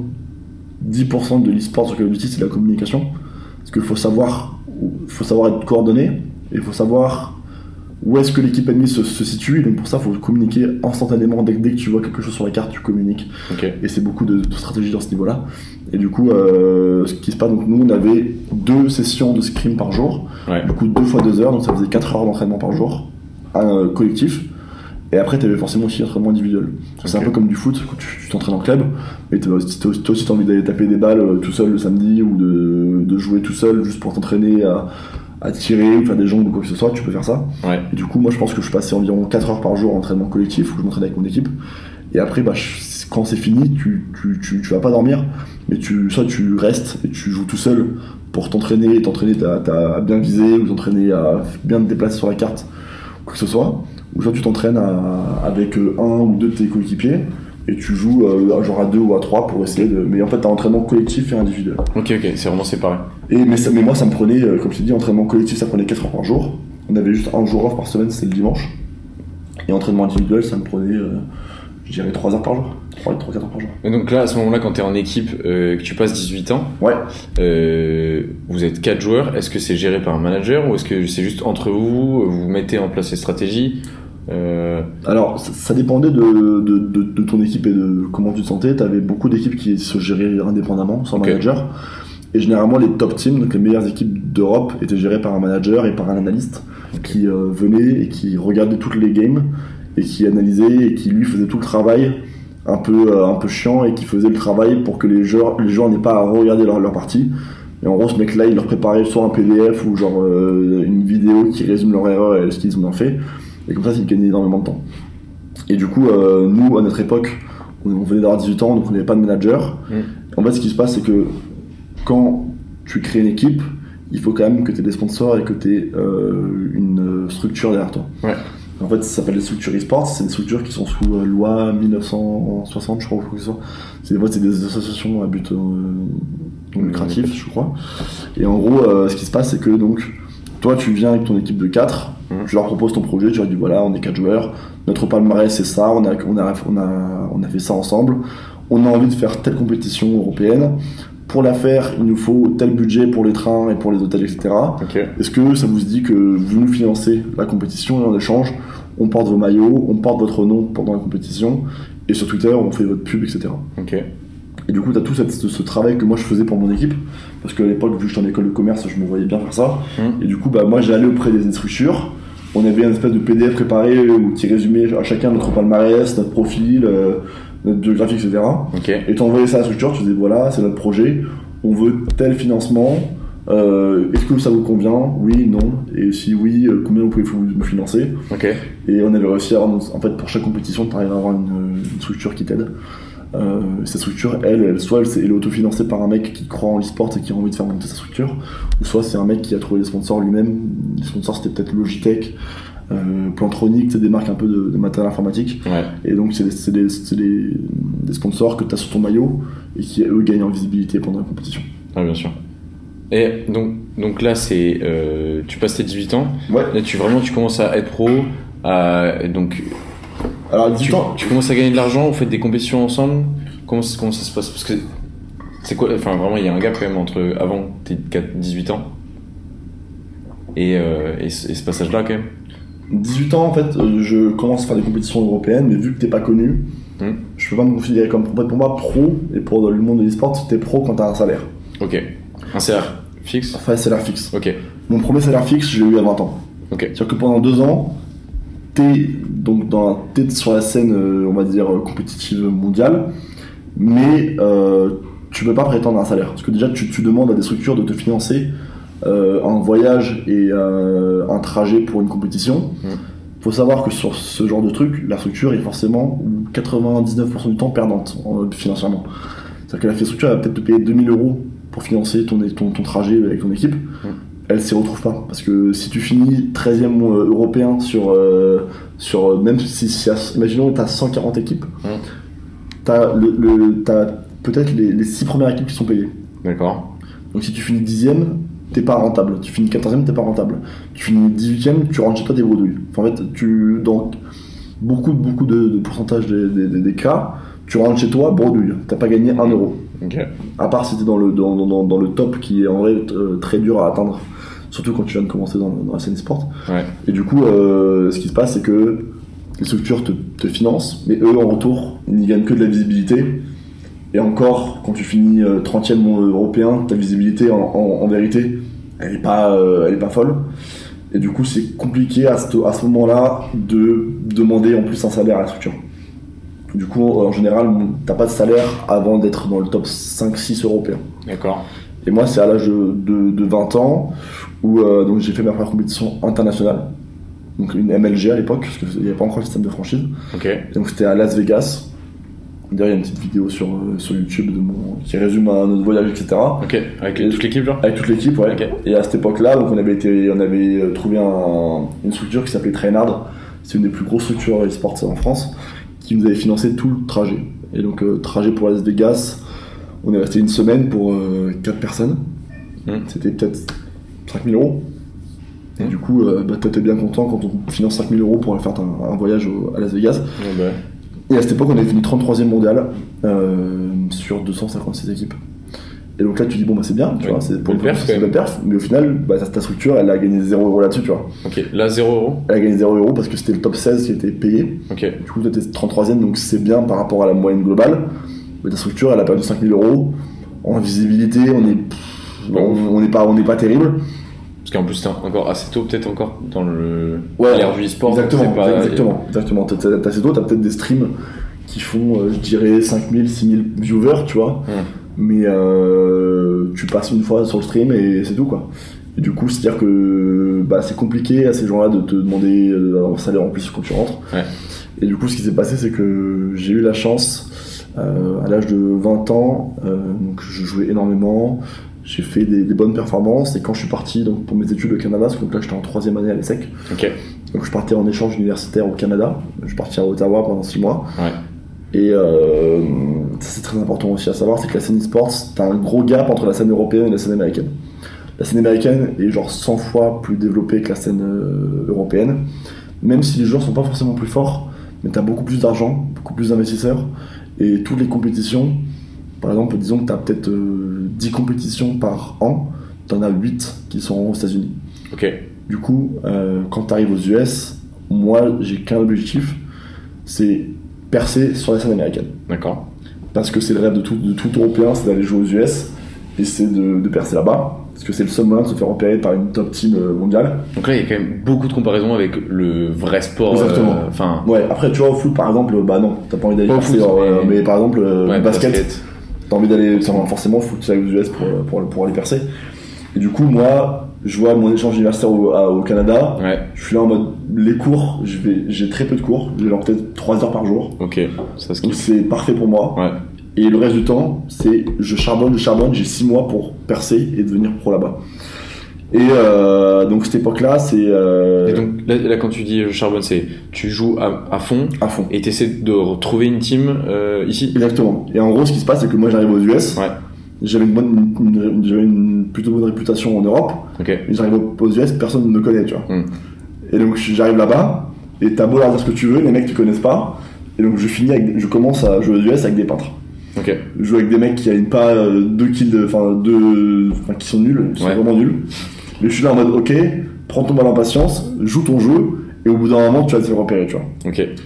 70% de l'e-sport sur Call of Duty, c'est la communication. Parce qu'il faut savoir être coordonné, et il faut savoir où est-ce que l'équipe ennemie se situe. Et donc, pour ça, il faut communiquer instantanément. Dès que tu vois quelque chose sur la carte, tu communiques. Okay. Et c'est beaucoup de stratégie dans ce niveau-là. Et du coup, ce qui se passe, donc nous on avait 2 sessions de scrim par jour, du coup 2 fois 2 heures, donc ça faisait 4 heures d'entraînement par jour, collectif. Et après, tu avais forcément aussi l'entraînement individuel. Okay. C'est un peu comme du foot, quand tu t'entraînes en club, mais toi aussi t'as envie d'aller taper des balles tout seul le samedi ou de jouer tout seul juste pour t'entraîner à tirer ou faire des jongles ou quoi que ce soit, tu peux faire ça. Ouais. Et du coup, moi je pense que je passais environ 4 heures par jour en entraînement collectif où je m'entraînais avec mon équipe. Et après, quand c'est fini, tu vas pas dormir, mais soit tu restes et tu joues tout seul pour t'entraîner à bien viser ou t'entraîner à bien te déplacer sur la carte, quoi que ce soit, ou soit tu t'entraînes avec un ou 2 de tes coéquipiers et tu joues genre à 2 ou à 3 pour essayer de. Mais en fait, t'as entraînement collectif et individuel. Ok, c'est vraiment séparé. Mais moi, ça me prenait, comme je t'ai dit, entraînement collectif, ça prenait 4 heures par jour. On avait juste un jour off par semaine, c'était le dimanche. Et entraînement individuel, ça me prenait. Je dirais 3 heures par jour. 3-4 heures par jour. Et donc là, à ce moment-là, quand tu es en équipe, que tu passes 18 ans, vous êtes 4 joueurs, est-ce que c'est géré par un manager ou est-ce que c'est juste entre vous mettez en place les stratégies Alors, ça dépendait de ton équipe et de comment tu te sentais. Tu avais beaucoup d'équipes qui se géraient indépendamment, sans manager. Et généralement, les top teams, donc les meilleures équipes d'Europe, étaient gérées par un manager et par un analyste qui venait et qui regardait toutes les games et qui analysait et qui lui faisait tout le travail un peu chiant et qui faisait le travail pour que les joueurs n'aient pas à regarder leur partie. Et en gros, ce mec-là, il leur préparait soit un PDF ou genre une vidéo qui résume leur erreur et ce qu'ils ont fait. Et comme ça, ils gagnaient énormément de temps. Et du coup, nous, à notre époque, on venait d'avoir 18 ans, donc on n'avait pas de manager. En fait, ce qui se passe, c'est que quand tu crées une équipe, il faut quand même que tu aies des sponsors et que tu aies une structure derrière toi. Ouais. En fait, ça s'appelle les structures e-sports, c'est des structures qui sont sous loi 1960, je crois, ou quoi que ce soit. C'est des associations à but lucratif, je crois. Et en gros, ce qui se passe, c'est que donc, toi, tu viens avec ton équipe de 4, tu leur proposes ton projet, tu leur dis voilà, on est 4 joueurs, notre palmarès c'est ça, on a fait ça ensemble, on a envie de faire telle compétition européenne, pour la faire, il nous faut tel budget pour les trains et pour les hôtels, etc. Okay. Est-ce que ça vous dit que vous nous financez la compétition et en échange, on porte vos maillots, on porte votre nom pendant la compétition et sur Twitter, on fait votre pub, etc. Okay. Et du coup, tu as tout ce travail que moi je faisais pour mon équipe, parce qu'à l'époque, vu que j'étais en école de commerce, je me voyais bien faire ça. Et du coup, moi j'allais auprès des structures. On avait une espèce de PDF préparé qui résumait à chacun notre palmarès, notre profil, notre biographie, etc. Okay. Et tu envoyais ça à la structure, tu disais voilà, c'est notre projet, on veut tel financement, est-ce que ça vous convient? Oui, non. Et si oui, combien vous pouvez me financer? Okay. Et on avait réussi à avoir, en fait, pour chaque compétition, tu arrives à avoir une structure qui t'aide. Cette structure, soit elle est autofinancée par un mec qui croit en l'e-sport et qui a envie de faire monter sa structure, ou soit c'est un mec qui a trouvé les sponsors lui-même. Les sponsors, c'était peut-être Logitech, Plantronic, c'est des marques un peu de matériel informatique. Ouais. Et donc c'est des sponsors que tu as sur ton maillot et qui eux gagnent en visibilité pendant la compétition. Ah, bien sûr. Et donc là, c'est tu passes tes 18 ans. Ouais. Là, tu commences à être pro. Donc alors, 18 ans, tu commences à gagner de l'argent, vous faites des compétitions ensemble. Comment ça se passe? Parce que c'est quoi? Enfin, vraiment, il y a un gap quand même entre avant tes 18 ans et ce passage-là quand même. 18 ans, en fait, je commence à faire des compétitions européennes, mais vu que t'es pas connu, je peux pas me considérer comme pour moi pro, et pour le monde de l'e-sport, t'es pro quand t'as un salaire. Ok. Un salaire fixe? Enfin, salaire fixe. Ok. Mon premier salaire fixe, je l'ai eu à 20 ans. Ok. C'est-à-dire que pendant 2 ans, t'es sur la scène, on va dire, compétitive mondiale, mais tu peux pas prétendre à un salaire. Parce que déjà, tu demandes à des structures de te financer un voyage et un trajet pour une compétition. Faut savoir que sur ce genre de truc, la structure est forcément 99% du temps perdante financièrement. C'est-à-dire que la structure va peut-être te payer 2000 € pour financer ton trajet avec ton équipe. Elle s'y retrouve pas, parce que si tu finis 13e européen sur même si imaginons que tu as 140 équipes, t'as peut-être les 6 premières équipes qui sont payées. D'accord. Donc si tu finis 10e, t'es pas rentable. Tu finis 14e, t'es pas rentable. Tu finis 18e, tu rentres chez toi des bredouilles. Enfin, en fait, dans beaucoup de pourcentage des cas, tu rentres chez toi bredouille. T'as pas gagné 1 €. Okay. À part si t'es dans le top, qui est en vrai très dur à atteindre, surtout quand tu viens de commencer dans la scène e-sport. Ouais. Et du coup, ce qui se passe, c'est que les structures te financent, mais eux, en retour, ils n'y gagnent que de la visibilité. Et encore, quand tu finis 30e européen, ta visibilité, en vérité, elle est pas folle. Et du coup, c'est compliqué à ce moment-là de demander en plus un salaire à la structure. Du coup, en général, t'as pas de salaire avant d'être dans le top 5-6 européen. D'accord. Et moi, c'est à l'âge de 20 ans où donc j'ai fait ma première compétition internationale. Donc une MLG à l'époque, parce qu'il n'y avait pas encore le système de franchise. Okay. Donc c'était à Las Vegas. D'ailleurs, il y a une petite vidéo sur YouTube qui résume notre voyage, etc. Ok, avec toute l'équipe, genre? Avec toute l'équipe, ouais. Okay. Et à cette époque-là, donc on avait trouvé une structure qui s'appelait Trainhard. C'est une des plus grosses structures e-sport en France, qui nous avait financé tout le trajet. Et donc, trajet pour Las Vegas, on est resté une semaine pour 4 personnes. C'était peut-être 5000 €. Et du coup, t'étais bien content quand on finance 5000 € pour aller faire un voyage à Las Vegas. Ouais, bah. Et à cette époque, on avait fini 33e mondial sur 256 équipes. Et donc là, tu dis, bon, bah c'est bien, tu vois, c'est pour une belle perf, mais au final, ta structure, elle a gagné 0 € là-dessus, tu vois. Ok, là 0 €? Elle a gagné 0 € parce que c'était le top 16 qui était payé. Ok. Du coup, tu étais 33e, donc c'est bien par rapport à la moyenne globale. Mais ta structure, elle a perdu 5000 €. En visibilité, on n'est pas terrible. Parce qu'en plus, t'es encore assez tôt, peut-être encore dans l'ère du e-sport. Exactement. T'as assez tôt, t'as peut-être des streams qui font, je dirais, 5000, 6000 viewers, tu vois. Mais tu passes une fois sur le stream et c'est tout, quoi. Et du coup, c'est-à-dire que c'est compliqué à ces gens-là de te demander un salaire en plus quand tu rentres. Ouais. Et du coup, ce qui s'est passé, c'est que j'ai eu la chance, à l'âge de 20 ans, donc je jouais énormément. J'ai fait des bonnes performances, et quand je suis parti donc, pour mes études au Canada, parce que donc là j'étais en 3e année à l'ESSEC, donc je partais en échange universitaire au Canada, je suis parti à Ottawa pendant 6 mois, et ça c'est très important aussi à savoir, c'est que la scène e-sports, t'as un gros gap entre la scène européenne et la scène américaine. La scène américaine est genre 100 fois plus développée que la scène européenne, même si les joueurs sont pas forcément plus forts, mais t'as beaucoup plus d'argent, beaucoup plus d'investisseurs, et toutes les compétitions, Par exemple, disons que tu as peut-être 10 compétitions par an, tu en as 8 qui sont aux États-Unis. Ok. Du coup, quand tu arrives aux US, moi, j'ai qu'un objectif, c'est percer sur la scène américaine. D'accord. Parce que c'est le rêve de tout Européen, c'est d'aller jouer aux US et c'est de percer là-bas. Parce que c'est le seul moyen de se faire repérer par une top team mondiale. Donc là, il y a quand même beaucoup de comparaisons avec le vrai sport. Exactement. Ouais, après, tu vois, au foot, par exemple, bah non, t'as pas envie d'aller percer. Mais par exemple, basket, t'as envie d'aller forcément foot aux US pour aller percer. Et du coup, moi, je vois mon échange universitaire au Canada. Ouais. Je suis là en mode, les cours, j'ai très peu de cours. J'ai genre peut-être 3 heures par jour. Ok, ça se donc c'est parfait pour moi. Ouais. Et le reste du temps, c'est je charbonne, j'ai 6 mois pour percer et devenir pro là-bas. Et donc cette époque-là, c'est... Et donc là, quand tu dis charbonne, c'est tu joues à fond. À fond. Et tu essaies de retrouver une team ici. Exactement. Et en gros, ce qui se passe, c'est que moi j'arrive aux US. Ouais. J'avais une plutôt bonne réputation en Europe. Ok. Et j'arrive aux US, personne ne me connaît, tu vois. Et donc j'arrive là-bas, et t'as beau leur dire ce que tu veux, les mecs te connaissent pas. Et donc je commence à jouer aux US avec des peintres. Ok. Je joue avec des mecs qui n'alignent pas 2 kills, qui sont nuls, qui sont vraiment nuls. Mais je suis là en mode, ok, prends ton mal en patience, joue ton jeu, et au bout d'un moment, tu vas te faire repérer, tu vois. Ok. Et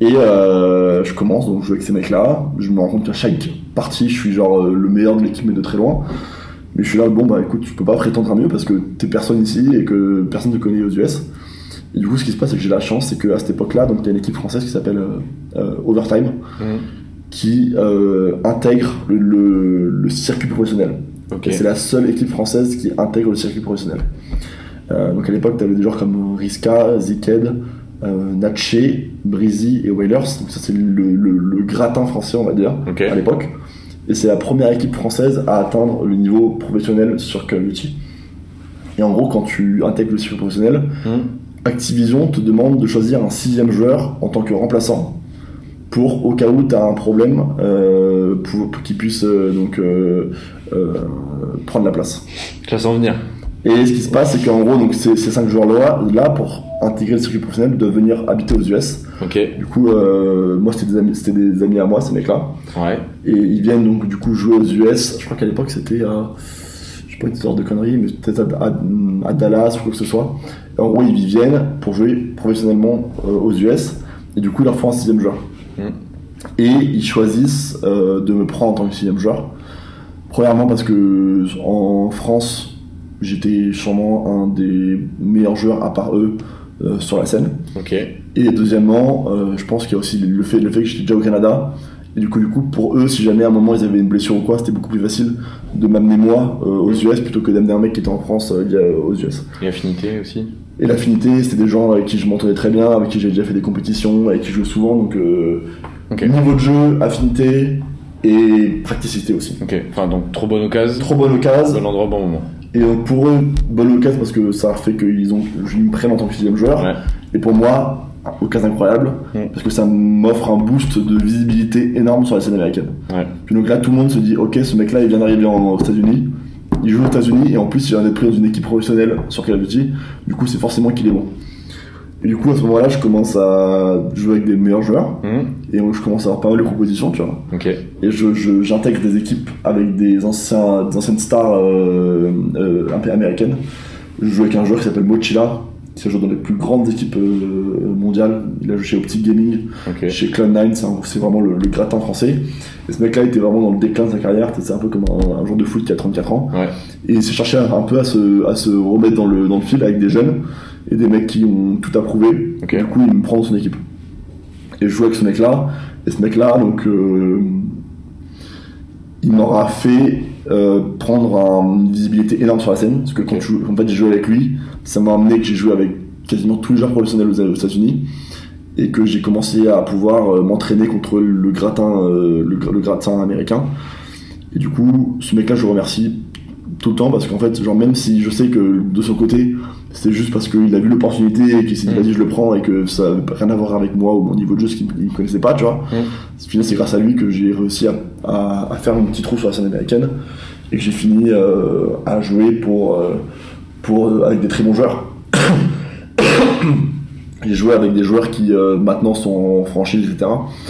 je commence, donc je joue avec ces mecs-là. Je me rends compte qu'à chaque partie, je suis genre le meilleur de l'équipe, mais de très loin. Mais je suis là, bon, bah écoute, je peux pas prétendre à mieux parce que t'es personne ici et que personne ne te connaît aux US. Et du coup, ce qui se passe, c'est que j'ai la chance, c'est qu'à cette époque-là, donc il y a une équipe française qui s'appelle Overtime. Qui intègre le circuit professionnel. Okay. C'est la seule équipe française qui intègre le circuit professionnel. Donc à l'époque, tu avais des joueurs comme Riska, Ziked, Natché, Breezy et Whalers. Donc ça, c'est le gratin français, on va dire, à l'époque. Et c'est la première équipe française à atteindre le niveau professionnel sur Call of Duty. Et en gros, quand tu intègres le circuit professionnel, Activision te demande de choisir un 6e joueur en tant que remplaçant pour, au cas où tu as un problème, pour qu'il puisse prendre la place. Je la sens venir. Et ce qui se passe, c'est qu'en gros, donc, ces 5 joueurs-là, pour intégrer le circuit professionnel, doivent venir habiter aux US. Ok. Du coup, moi, c'était des amis à moi, ces mecs-là. Ouais. Et ils viennent donc du coup jouer aux US. Je crois qu'à l'époque, c'était à... Je sais pas une histoire de conneries, mais peut-être à Dallas ou quoi que ce soit. Et en gros, ils viennent pour jouer professionnellement aux US. Et du coup, ils leur font un 6e joueur. Et ils choisissent de me prendre en tant que 6e joueur. Premièrement parce que en France, j'étais sûrement un des meilleurs joueurs à part eux sur la scène. Ok. Et deuxièmement, je pense qu'il y a aussi le fait que j'étais déjà au Canada. Et du coup, pour eux, si jamais à un moment ils avaient une blessure ou quoi, c'était beaucoup plus facile de m'amener moi aux US plutôt que d'amener un mec qui était en France aux US. Et l'affinité aussi. Et l'affinité, c'était des gens avec qui je m'entendais très bien, avec qui j'ai déjà fait des compétitions, avec qui je joue souvent, donc niveau de jeu, affinité et praticité aussi. Ok, enfin donc trop bonne occasion. Trop bonne occasion. Bon endroit, bon moment. Et donc pour eux, bonne occasion parce que ça a fait qu'ils me prennent en tant que 6e joueur. Ouais. Et pour moi, occasion incroyable parce que ça m'offre un boost de visibilité énorme sur la scène américaine. Ouais. Puis donc là, tout le monde se dit, ok, ce mec-là, il vient d'arriver aux États-Unis. Il joue aux États-Unis et en plus il vient d'être pris dans une équipe professionnelle sur Call of Duty. Du coup, c'est forcément qu'il est bon. Et du coup, à ce moment-là, je commence à jouer avec des meilleurs joueurs et donc, je commence à avoir pas mal de propositions, tu vois. Okay. Et j'intègre des équipes avec des anciennes stars américaines. Je joue avec un joueur qui s'appelle Mochila, qui joue dans les plus grandes équipes mondiales. Il a joué chez Optic Gaming, chez Cloud9, c'est vraiment le gratin français. Et ce mec-là était vraiment dans le déclin de sa carrière, c'est un peu comme un joueur de foot qui a 34 ans. Ouais. Et il s'est cherché un peu à se remettre dans le fil avec des jeunes et des mecs qui ont tout approuvé. Okay. Du coup, il me prend dans son équipe. Et je joue avec ce mec-là. Et ce mec-là, donc, il m'aura fait prendre une visibilité énorme sur la scène. Parce que quand j'ai joué avec lui, ça m'a amené que j'ai joué avec quasiment tous les joueurs professionnels aux États-Unis. Et que j'ai commencé à pouvoir m'entraîner contre le gratin américain. Et du coup, ce mec-là, je le remercie tout le temps parce qu'en fait, genre, même si je sais que de son côté, c'était juste parce qu'il a vu l'opportunité et qu'il s'est dit vas-y, je le prends et que ça n'avait rien à voir avec moi ou mon niveau de jeu, ce qu'il ne connaissait pas, tu vois. Finalement, c'est grâce à lui que j'ai réussi à faire un petit trou sur la scène américaine et que j'ai fini à jouer avec des très bons joueurs. J'ai joué avec des joueurs qui maintenant sont en franchise, etc. Okay.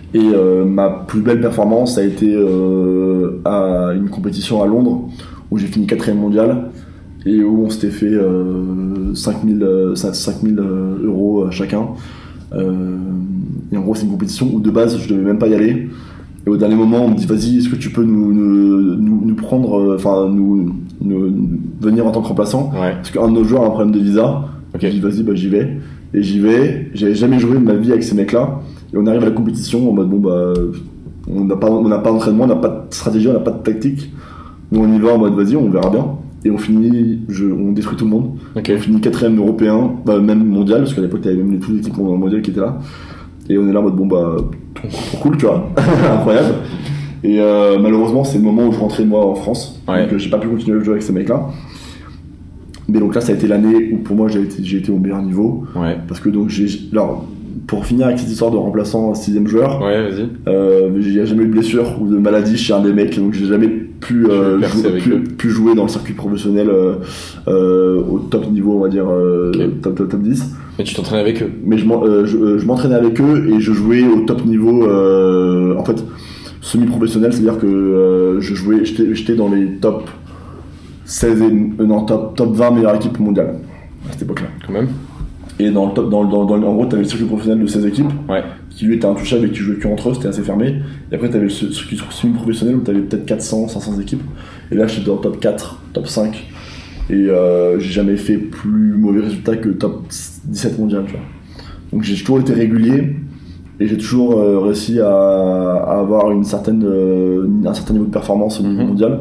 Et ma plus belle performance, ça a été à une compétition à Londres, où j'ai fini 4ème mondial, et où on s'était fait 5000 euros chacun. Et en gros, c'est une compétition où de base, je devais même pas y aller. Et au dernier moment, on me dit, vas-y, est-ce que tu peux nous prendre, venir en tant que remplaçant, parce qu'un de nos joueurs a un problème de visa. Okay. Je dis, vas-y, j'y vais. Et j'y vais. J'avais jamais joué de ma vie avec ces mecs-là. Et on arrive à la compétition en mode, on n'a pas d'entraînement, on n'a pas de stratégie, on n'a pas de tactique. Nous, on y va en mode, vas-y, on verra bien. Et on finit, on détruit tout le monde. Okay. On finit 4ème européen, même mondial, parce qu'à l'époque, il y avait même toutes les équipes mondiales qui étaient là. Et on est là en mode, trop cool, tu vois, incroyable. Et malheureusement, c'est le moment où je rentrais moi en France. Donc j'ai pas pu continuer à jouer avec ces mecs-là. Mais donc là, ça a été l'année où pour moi j'ai été au meilleur niveau. Parce que donc alors, pour finir avec cette histoire de remplaçant 6ème joueur, il n'y a jamais eu de blessure ou de maladie chez un des mecs, donc j'ai jamais pu jouer dans le circuit professionnel au top niveau, on va dire, top 10. Mais tu t'entraînais avec eux? Mais je m'entraînais avec eux et je jouais au top niveau, en fait, semi-professionnel, c'est-à-dire que j'étais dans les top 16 top 20 meilleures équipes mondiales à cette époque-là. Quand même. Et en gros, t'avais le circuit professionnel de 16 équipes, qui lui était intouchable et qui jouait que entre eux, c'était assez fermé. Et après, t'avais le circuit semi-professionnel où t'avais peut-être 400, 500 équipes. Et là, j'étais dans le top 4, top 5. Et j'ai jamais fait plus mauvais résultat que top 17 mondial, tu vois. Donc j'ai toujours été régulier et j'ai toujours réussi à avoir un certain niveau de performance au niveau mondial.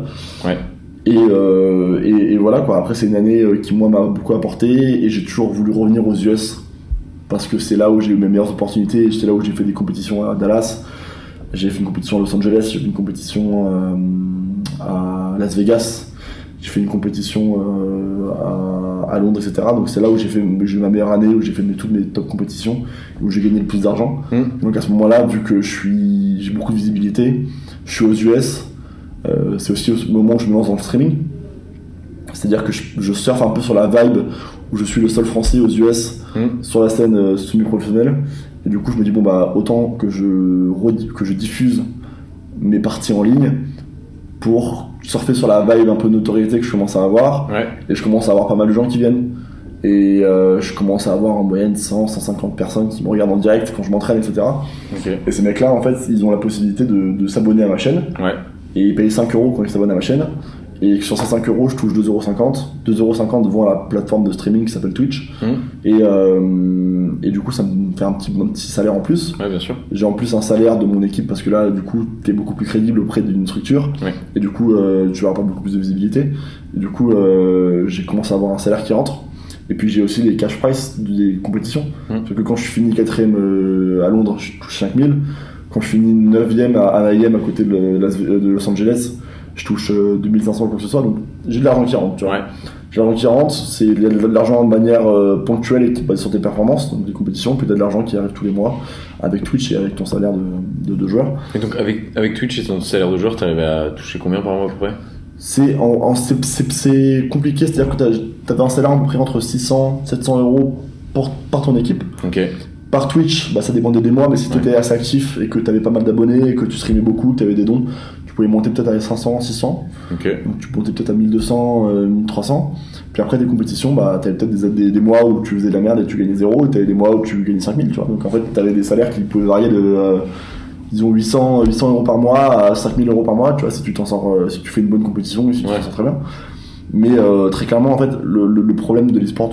Et voilà quoi. Après, c'est une année qui moi m'a beaucoup apporté et j'ai toujours voulu revenir aux US parce que c'est là où j'ai eu mes meilleures opportunités. C'était là où j'ai fait des compétitions à Dallas, j'ai fait une compétition à Los Angeles, j'ai fait une compétition à Las Vegas, j'ai fait une compétition à Londres, etc. Donc c'est là où j'ai eu ma meilleure année, où j'ai fait toutes mes top compétitions, où j'ai gagné le plus d'argent. Donc à ce moment-là, vu que j'ai beaucoup de visibilité, je suis aux US. C'est aussi au moment où je me lance dans le streaming, c'est-à-dire que je surfe un peu sur la vibe où je suis le seul français aux US sur la scène semi-professionnelle, et du coup je me dis autant que je diffuse mes parties en ligne pour surfer sur la vibe un peu de notoriété que je commence à avoir, et je commence à avoir pas mal de gens qui viennent, et je commence à avoir en moyenne 100-150 personnes qui me regardent en direct quand je m'entraîne, etc. Et ces mecs là en fait ils ont la possibilité de s'abonner à ma chaîne. Et ils payent 5€ quand ils s'abonnent à ma chaîne. Et sur ces 5€, je touche 2,50€. 2,50€ vont à la plateforme de streaming qui s'appelle Twitch. Et du coup, ça me fait un petit salaire en plus. Bien sûr. J'ai en plus un salaire de mon équipe parce que là, du coup, t'es beaucoup plus crédible auprès d'une structure. Et du coup, tu vas avoir beaucoup plus de visibilité. Et du coup, j'ai commencé à avoir un salaire qui rentre. Et puis j'ai aussi les cash price des compétitions. Parce que quand je finis 4ème à Londres, je touche 5000. Quand je finis 9ème à Anaheim à côté de Los Angeles, je touche 2500 ou quoi que ce soit, donc j'ai de l'argent qui rentre, tu vois. J'ai de l'argent qui rentre, c'est de l'argent de manière ponctuelle et qui est basée sur tes performances, donc des compétitions, puis t'as de l'argent qui arrive tous les mois avec Twitch et avec ton salaire de joueur. Et donc avec Twitch et ton salaire de joueur, t'arrives à toucher combien par mois à peu près? C'est compliqué, c'est-à-dire que t'avais un salaire à peu près entre 600-700€ par ton équipe. Par Twitch, ça dépendait des mois, mais si tu étais assez actif et que tu avais pas mal d'abonnés et que tu streamais beaucoup, que tu avais des dons, tu pouvais monter peut-être à 500, 600. Donc tu montais peut-être à 1200, 1300. Puis après des compétitions, tu avais peut-être des mois où tu faisais de la merde et tu gagnais 0, et tu avais des mois où tu gagnais 5000, tu vois. Donc en fait, tu avais des salaires qui pouvaient varier de disons 800€ par mois à 5000€ par mois, tu vois, si tu t'en sors, si tu fais une bonne compétition, si tu t'en sors très bien. Mais très clairement, en fait, le problème de l'e-sport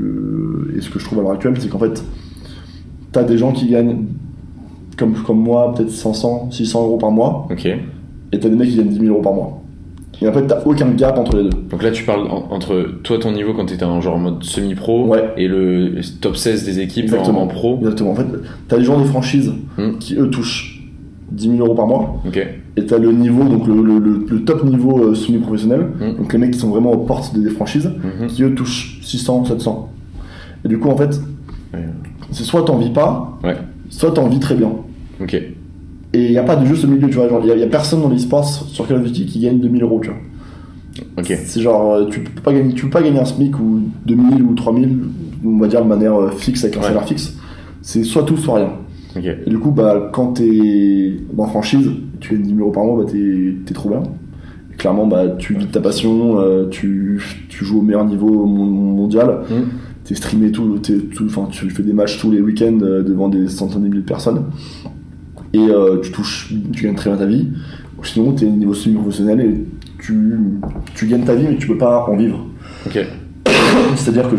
et ce que je trouve à l'heure actuelle, c'est qu'en fait, t'as des gens qui gagnent comme moi peut-être 500-600€ par mois, et t'as des mecs qui gagnent 10 000€ par mois, et en fait t'as aucun gap entre les deux. Donc là tu parles entre toi ton niveau quand t'étais en mode semi-pro et le top 16 des équipes en pro. Exactement, en fait t'as des gens de franchise qui eux touchent 10 000€ par mois, et t'as le niveau, donc le top niveau semi-professionnel, donc les mecs qui sont vraiment aux portes des franchises, qui eux touchent 600-700, et du coup en fait c'est soit t'en vis pas, soit t'en vis très bien. Et il n'y a pas de juste milieu, tu vois. Il y a personne dans l'e-sport sur Call of Duty qui gagne 2000€, tu vois. C'est genre, tu peux pas gagner un SMIC ou 2000 ou 3000, on va dire de manière fixe, avec un salaire fixe. C'est soit tout, soit rien. Okay. Et du coup, quand t'es en franchise, tu gagnes 10 000 euros par mois, t'es trop bien. Et clairement, tu vis de ta passion, tu joues au meilleur niveau mondial, t'es streamé tu fais des matchs tous les week-ends devant des centaines de milliers de personnes. Et tu gagnes très bien ta vie. Ou sinon, t'es au niveau semi-professionnel et tu gagnes ta vie, mais tu peux pas en vivre. Ok. C'est-à-dire que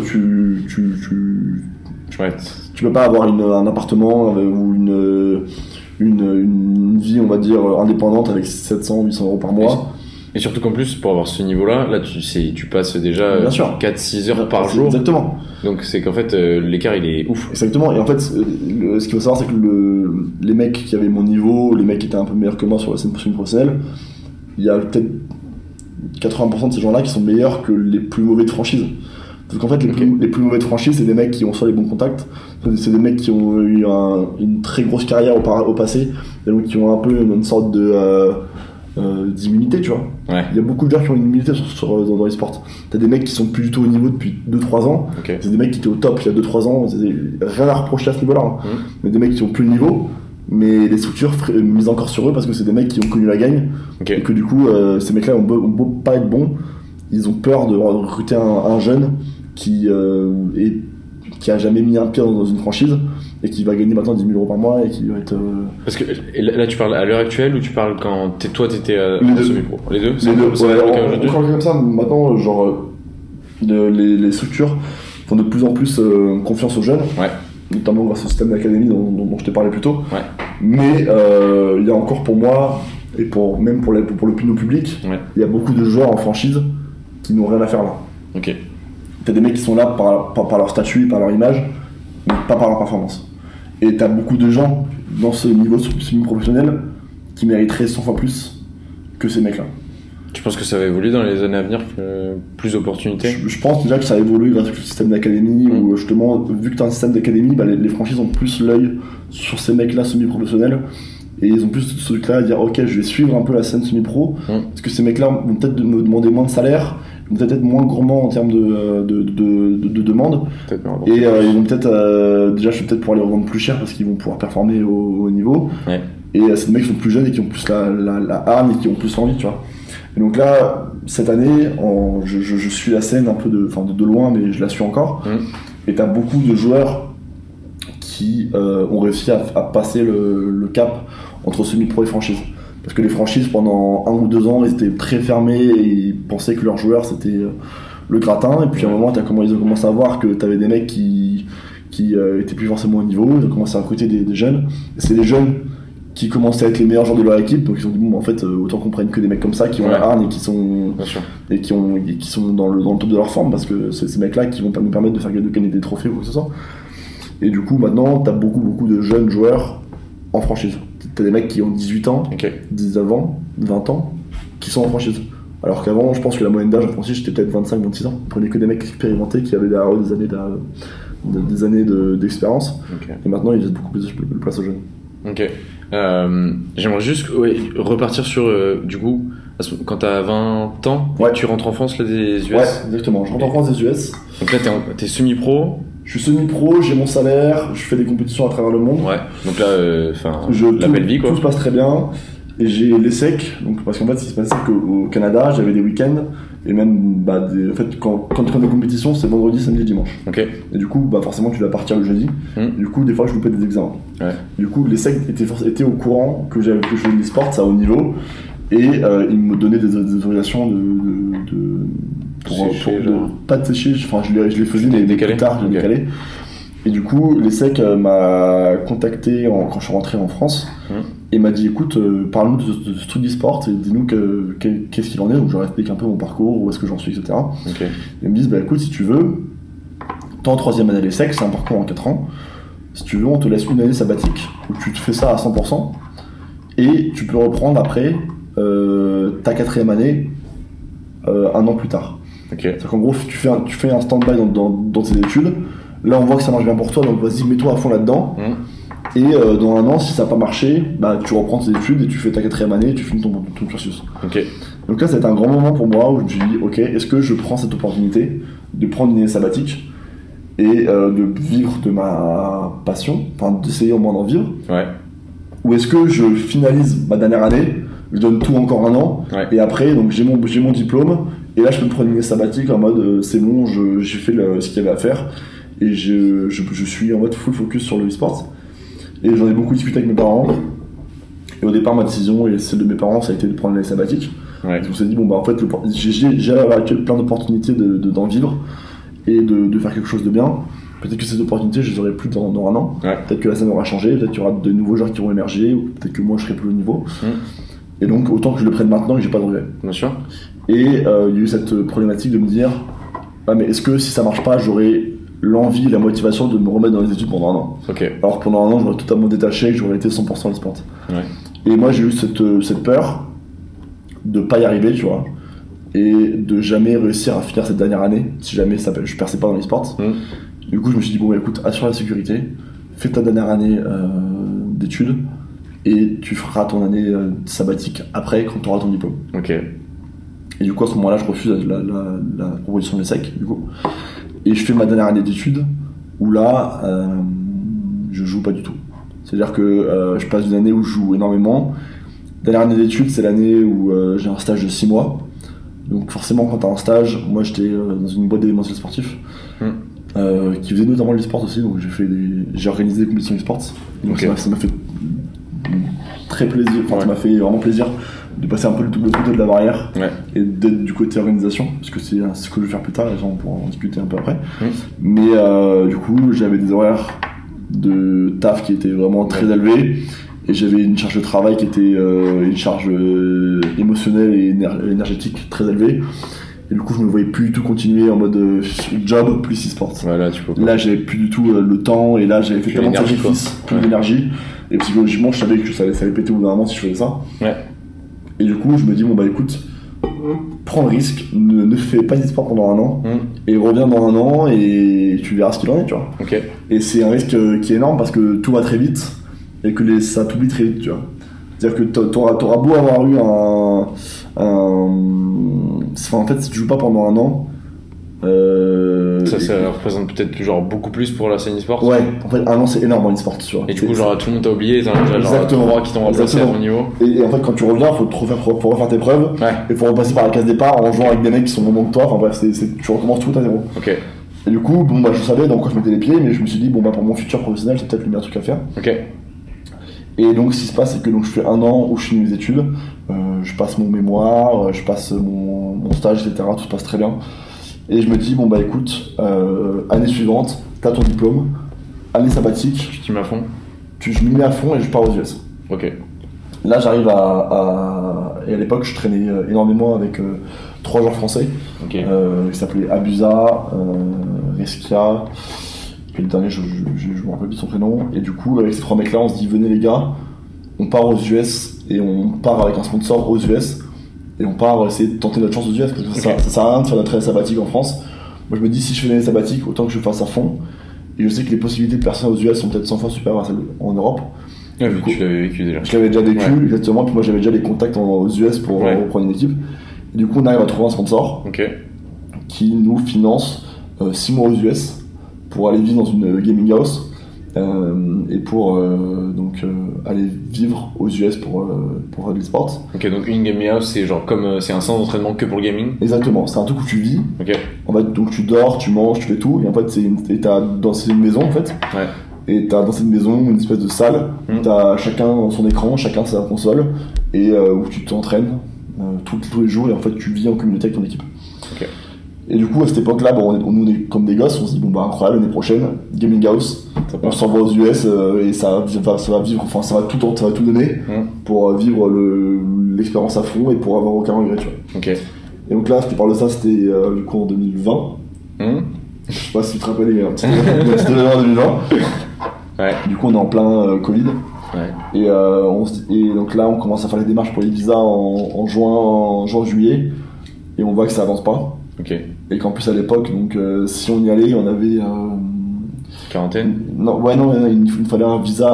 tu peux pas avoir un appartement ou une vie, on va dire, indépendante avec 700-800 euros par mois. Et surtout qu'en plus, pour avoir ce niveau-là, tu passes déjà 4-6 heures par jour. Exactement. Donc c'est qu'en fait, l'écart, il est ouf. Exactement. Et en fait, ce qu'il faut savoir, c'est que les mecs qui avaient mon niveau, les mecs qui étaient un peu meilleurs que moi sur la scène professionnelle, il y a peut-être 80% de ces gens-là qui sont meilleurs que les plus mauvais de franchise. Parce qu'en fait, les plus mauvais de franchise, c'est des mecs qui ont soit les bons contacts, c'est des mecs qui ont eu une très grosse carrière au passé, et donc qui ont un peu une sorte d'immunité, tu vois. Ouais. Il y a beaucoup de gens qui ont une immunité dans les sports. T'as des mecs qui sont plus du tout au niveau depuis 2-3 ans, c'est des mecs qui étaient au top il y a 2-3 ans, rien à reprocher à ce niveau-là, mais des mecs qui ont plus le niveau, mais les structures misent encore sur eux parce que c'est des mecs qui ont connu la gagne, et que du coup, ces mecs-là ont beau pas être bons, ils ont peur de recruter un jeune qui a jamais mis un pied dans une franchise et qui va gagner maintenant 10 000 euros par mois et qui va être... Parce que là tu parles à l'heure actuelle ou tu parles quand toi t'étais en semi-pro? Les deux. On comme ça maintenant, genre les structures font de plus en plus confiance aux jeunes, notamment grâce au système d'académie dont je t'ai parlé plus tôt. Mais il y a encore pour moi et même pour l'opinion publique, il y a beaucoup de joueurs en franchise qui n'ont rien à faire là. Ok. T'as des mecs qui sont là par leur statut et par leur image, mais pas par leur performance. Et t'as beaucoup de gens dans ce niveau semi-professionnel qui mériteraient 100 fois plus que ces mecs-là. Tu penses que ça va évoluer dans les années à venir, plus d'opportunités? Je pense déjà que ça a évolué grâce au système d'académie, où justement, vu que t'as un système d'académie, les franchises ont plus l'œil sur ces mecs-là semi-professionnels. Et ils ont plus ce truc-là à dire ok, je vais suivre un peu la scène semi-pro, parce que ces mecs-là vont peut-être me demander moins de salaire, ils vont peut-être être moins gourmands en termes de demande, et ils vont peut-être déjà je vais peut-être pouvoir les revendre plus cher parce qu'ils vont pouvoir performer au niveau. Et c'est des mecs qui sont plus jeunes et qui ont plus la hargne et qui ont plus envie, tu vois. Et donc là, cette année, je suis la scène un peu de loin, mais je la suis encore. Et t'as beaucoup de joueurs qui ont réussi à passer le cap entre semi-pro et franchise. Parce que les franchises, pendant 1 ou 2 ans, ils étaient très fermés et ils pensaient que leurs joueurs c'était le gratin. Et puis à un moment, ils ont commencé à voir que t'avais des mecs qui étaient plus forcément au niveau. Ils ont commencé à recruter des jeunes. Et c'est les jeunes qui commençaient à être les meilleurs joueurs de leur équipe. Donc ils ont dit bon, en fait, autant qu'on prenne que des mecs comme ça qui ont la hargne et qui sont dans le top de leur forme, parce que c'est ces mecs-là qui vont nous permettre de gagner des trophées ou quoi que ce soit. Et du coup, maintenant, t'as beaucoup de jeunes joueurs en franchise. T'as des mecs qui ont 18 ans, 19 ans, 20 ans, qui sont en franchise. Alors qu'avant, je pense que la moyenne d'âge en franchise, c'était peut-être 25-26 ans. On prenait que des mecs expérimentés qui avaient derrière eux des années d'expérience. Et maintenant, ils laissent beaucoup plus de place aux jeunes. Ok. J'aimerais juste repartir sur, du coup, quand t'as 20 ans, tu rentres en France là, des US. Ouais, exactement. Je rentre en France des US. Donc là, t'es semi-pro. Je suis semi-pro, j'ai mon salaire, je fais des compétitions à travers le monde. Ouais, donc là, la belle vie quoi. Tout se passe très bien. Et j'ai les secs, donc parce qu'en fait, ce qui se passait, c'est qu'au Canada, j'avais des week-ends, et même, en fait, quand tu fais des compétitions, c'est vendredi, samedi, dimanche. Et du coup, forcément, tu dois partir le jeudi. Du coup, des fois, je loupais des examens. Du coup, les secs étaient au courant que je faisais des sports à haut niveau, et ils me donnaient des autorisations pour pas de sécher, enfin, je les faisais, mais plus tard, je les décalais. Et du coup, les secs m'a contacté quand je suis rentré en France et m'a dit écoute, parle-nous de ce truc d'e-sport et dis-nous qu'est-ce qu'il en est. Donc je leur explique un peu mon parcours, où est-ce que j'en suis, etc. Ils me disent écoute, si tu veux, t'es en 3e année les secs, c'est un parcours en 4 ans. Si tu veux, on te laisse une année sabbatique où tu te fais ça à 100% et tu peux reprendre après ta 4e année 1 an plus tard. C'est-à-dire qu'en gros, tu fais un stand-by dans tes études. Là, on voit que ça marche bien pour toi, donc vas-y, mets-toi à fond là-dedans. Et dans 1 an, si ça n'a pas marché, tu reprends tes études et tu fais ta 4e année et tu finis ton cursus. Donc là, ça a été un grand moment pour moi où je me suis dit, ok, est-ce que je prends cette opportunité de prendre une année sabbatique et de vivre de ma passion, enfin d'essayer au moins d'en vivre, ou est-ce que je finalise ma dernière année, je donne tout encore un an, et après donc j'ai mon diplôme, et là je peux me prendre une année sabbatique en mode c'est bon, j'ai fait ce qu'il y avait à faire, et je suis en mode full focus sur le e-sport. Et j'en ai beaucoup discuté avec mes parents, et au départ ma décision et celle de mes parents ça a été de prendre l'année sabbatique. Donc on s'est dit bon bah en fait j'ai plein d'opportunités d'en vivre et de faire quelque chose de bien. Peut-être que ces opportunités je les aurai plus dans un an, peut-être que la scène aura changé, peut-être qu'il y aura de nouveaux joueurs qui vont émerger, ou peut-être que moi je serai plus au niveau. Et donc autant que je le prenne maintenant et que j'ai pas de regrets. Bien sûr. Et il y a eu cette problématique de me dire mais est-ce que si ça marche pas j'aurai l'envie et la motivation de me remettre dans les études pendant un an. Alors pendant un an j'aurais totalement détaché et j'aurais été 100% e-sport. Et moi j'ai eu cette peur de pas y arriver, tu vois, et de jamais réussir à finir cette dernière année si jamais je perçais pas dans l'e-sport. Du coup je me suis dit bon écoute, assure la sécurité, fais ta dernière année d'études et tu feras ton année sabbatique après quand tu auras ton diplôme. Et du coup à ce moment là je refuse la proposition de l'ESSEC du coup. Et je fais ma dernière année d'études où là je joue pas du tout. C'est-à-dire que je passe une année où je joue énormément. Dernière année d'études, c'est l'année où j'ai un stage de 6 mois. Donc forcément quand t'as un stage, moi j'étais dans une boîte d'événementiel sportif qui faisait notamment l'e-sport aussi, donc j'ai organisé des compétitions e-sport. Donc ça m'a fait très plaisir, ça m'a fait vraiment plaisir de passer un peu le côté de la barrière et d'être du côté organisation, parce que c'est ce que je vais faire plus tard, et on pourra en discuter un peu après. Mais du coup j'avais des horaires de taf qui étaient vraiment très élevés, et j'avais une charge de travail qui était une charge émotionnelle et énergétique très élevée, et du coup je me voyais plus du tout continuer en mode job plus e-sport. Là j'avais plus du tout le temps, et là j'avais fait tellement de sacrifices, plus d'énergie, et psychologiquement je savais que ça allait péter au bout d'un moment si je faisais ça. Et du coup je me dis bon bah écoute, prends le risque, ne fais pas d'e-sport pendant un an, et reviens dans un an et tu verras ce qu'il en est, tu vois. Et c'est un risque qui est énorme parce que tout va très vite et que ça t'oublie très vite, tu vois. C'est-à-dire que t'auras beau avoir eu en fait si tu joues pas pendant un an, ça représente peut-être genre beaucoup plus pour la scène e-sport. En fait un an c'est énorme en e-sport, tu vois. Et du coup genre tout le monde t'a oublié, t'as genre 3 qui t'ont remplacé à ton niveau. Et en fait quand tu reviens faut refaire tes preuves, et faut repasser par la case départ en jouant avec des mecs qui sont moins bons que toi, enfin bref tu recommences tout à zéro. Et du coup bon bah je savais dans quoi je mettais les pieds, mais je me suis dit bon bah pour mon futur professionnel c'est peut-être le meilleur truc à faire. Et donc ce qui se passe c'est que donc, je fais un an où je finis mes études, je passe mon mémoire, je passe mon stage, etc. Tout se passe très bien. Et je me dis, bon bah écoute, année suivante, t'as ton diplôme, année sabbatique. Tu t'y mets à fond. Je m'y mets à fond et je pars aux US. Là j'arrive et à l'époque je traînais énormément avec 3 joueurs français qui s'appelaient Abusa, Reskia, et le dernier je me rappelle plus son prénom. Et du coup avec ces 3 mecs là on se dit venez les gars, on part aux US, et on part avec un sponsor aux US. Et on part essayer de tenter notre chance aux US, parce que ça sert à rien de faire notre année sabbatique en France. Moi je me dis si je fais une année sabbatique, autant que je fasse à fond. Et je sais que les possibilités de percer aux US sont peut-être 100 fois supérieures à celles en Europe. Du coup, tu l'avais vécu déjà. Je l'avais déjà vécu, exactement. Puis moi j'avais déjà les contacts aux US pour reprendre une équipe. Et du coup on arrive à trouver un sponsor qui nous finance 6 mois aux US pour aller vivre dans une gaming house. Et pour aller vivre aux US pour faire de l'e-sport. Donc une gaming house c'est genre comme c'est un centre d'entraînement que pour le gaming. Exactement, c'est un truc où tu vis. En fait donc tu dors, tu manges, tu fais tout, et en fait c'est une maison en fait. Et t'as dans cette maison une espèce de salle où t'as chacun son écran, chacun sa console, et où tu t'entraînes tous les jours, et en fait tu vis en communauté avec ton équipe. Et du coup à cette époque là nous on est comme des gosses, on se dit bon bah incroyable, l'année prochaine gaming house, on s'envoie aux US, et ça va vivre, enfin ça va tout donner pour vivre l'expérience à fond et pour avoir aucun regret, tu vois. Et donc là je te parle de ça, c'était du coup en 2020. Je sais pas si tu te rappelles, mais c'était en 2020. Du coup on est en plein Covid. Et donc là on commence à faire les démarches pour les visas en juin juillet, et on voit que ça avance pas. Et qu'en plus à l'époque, donc si on y allait, on avait quarantaine. Il nous fallait un visa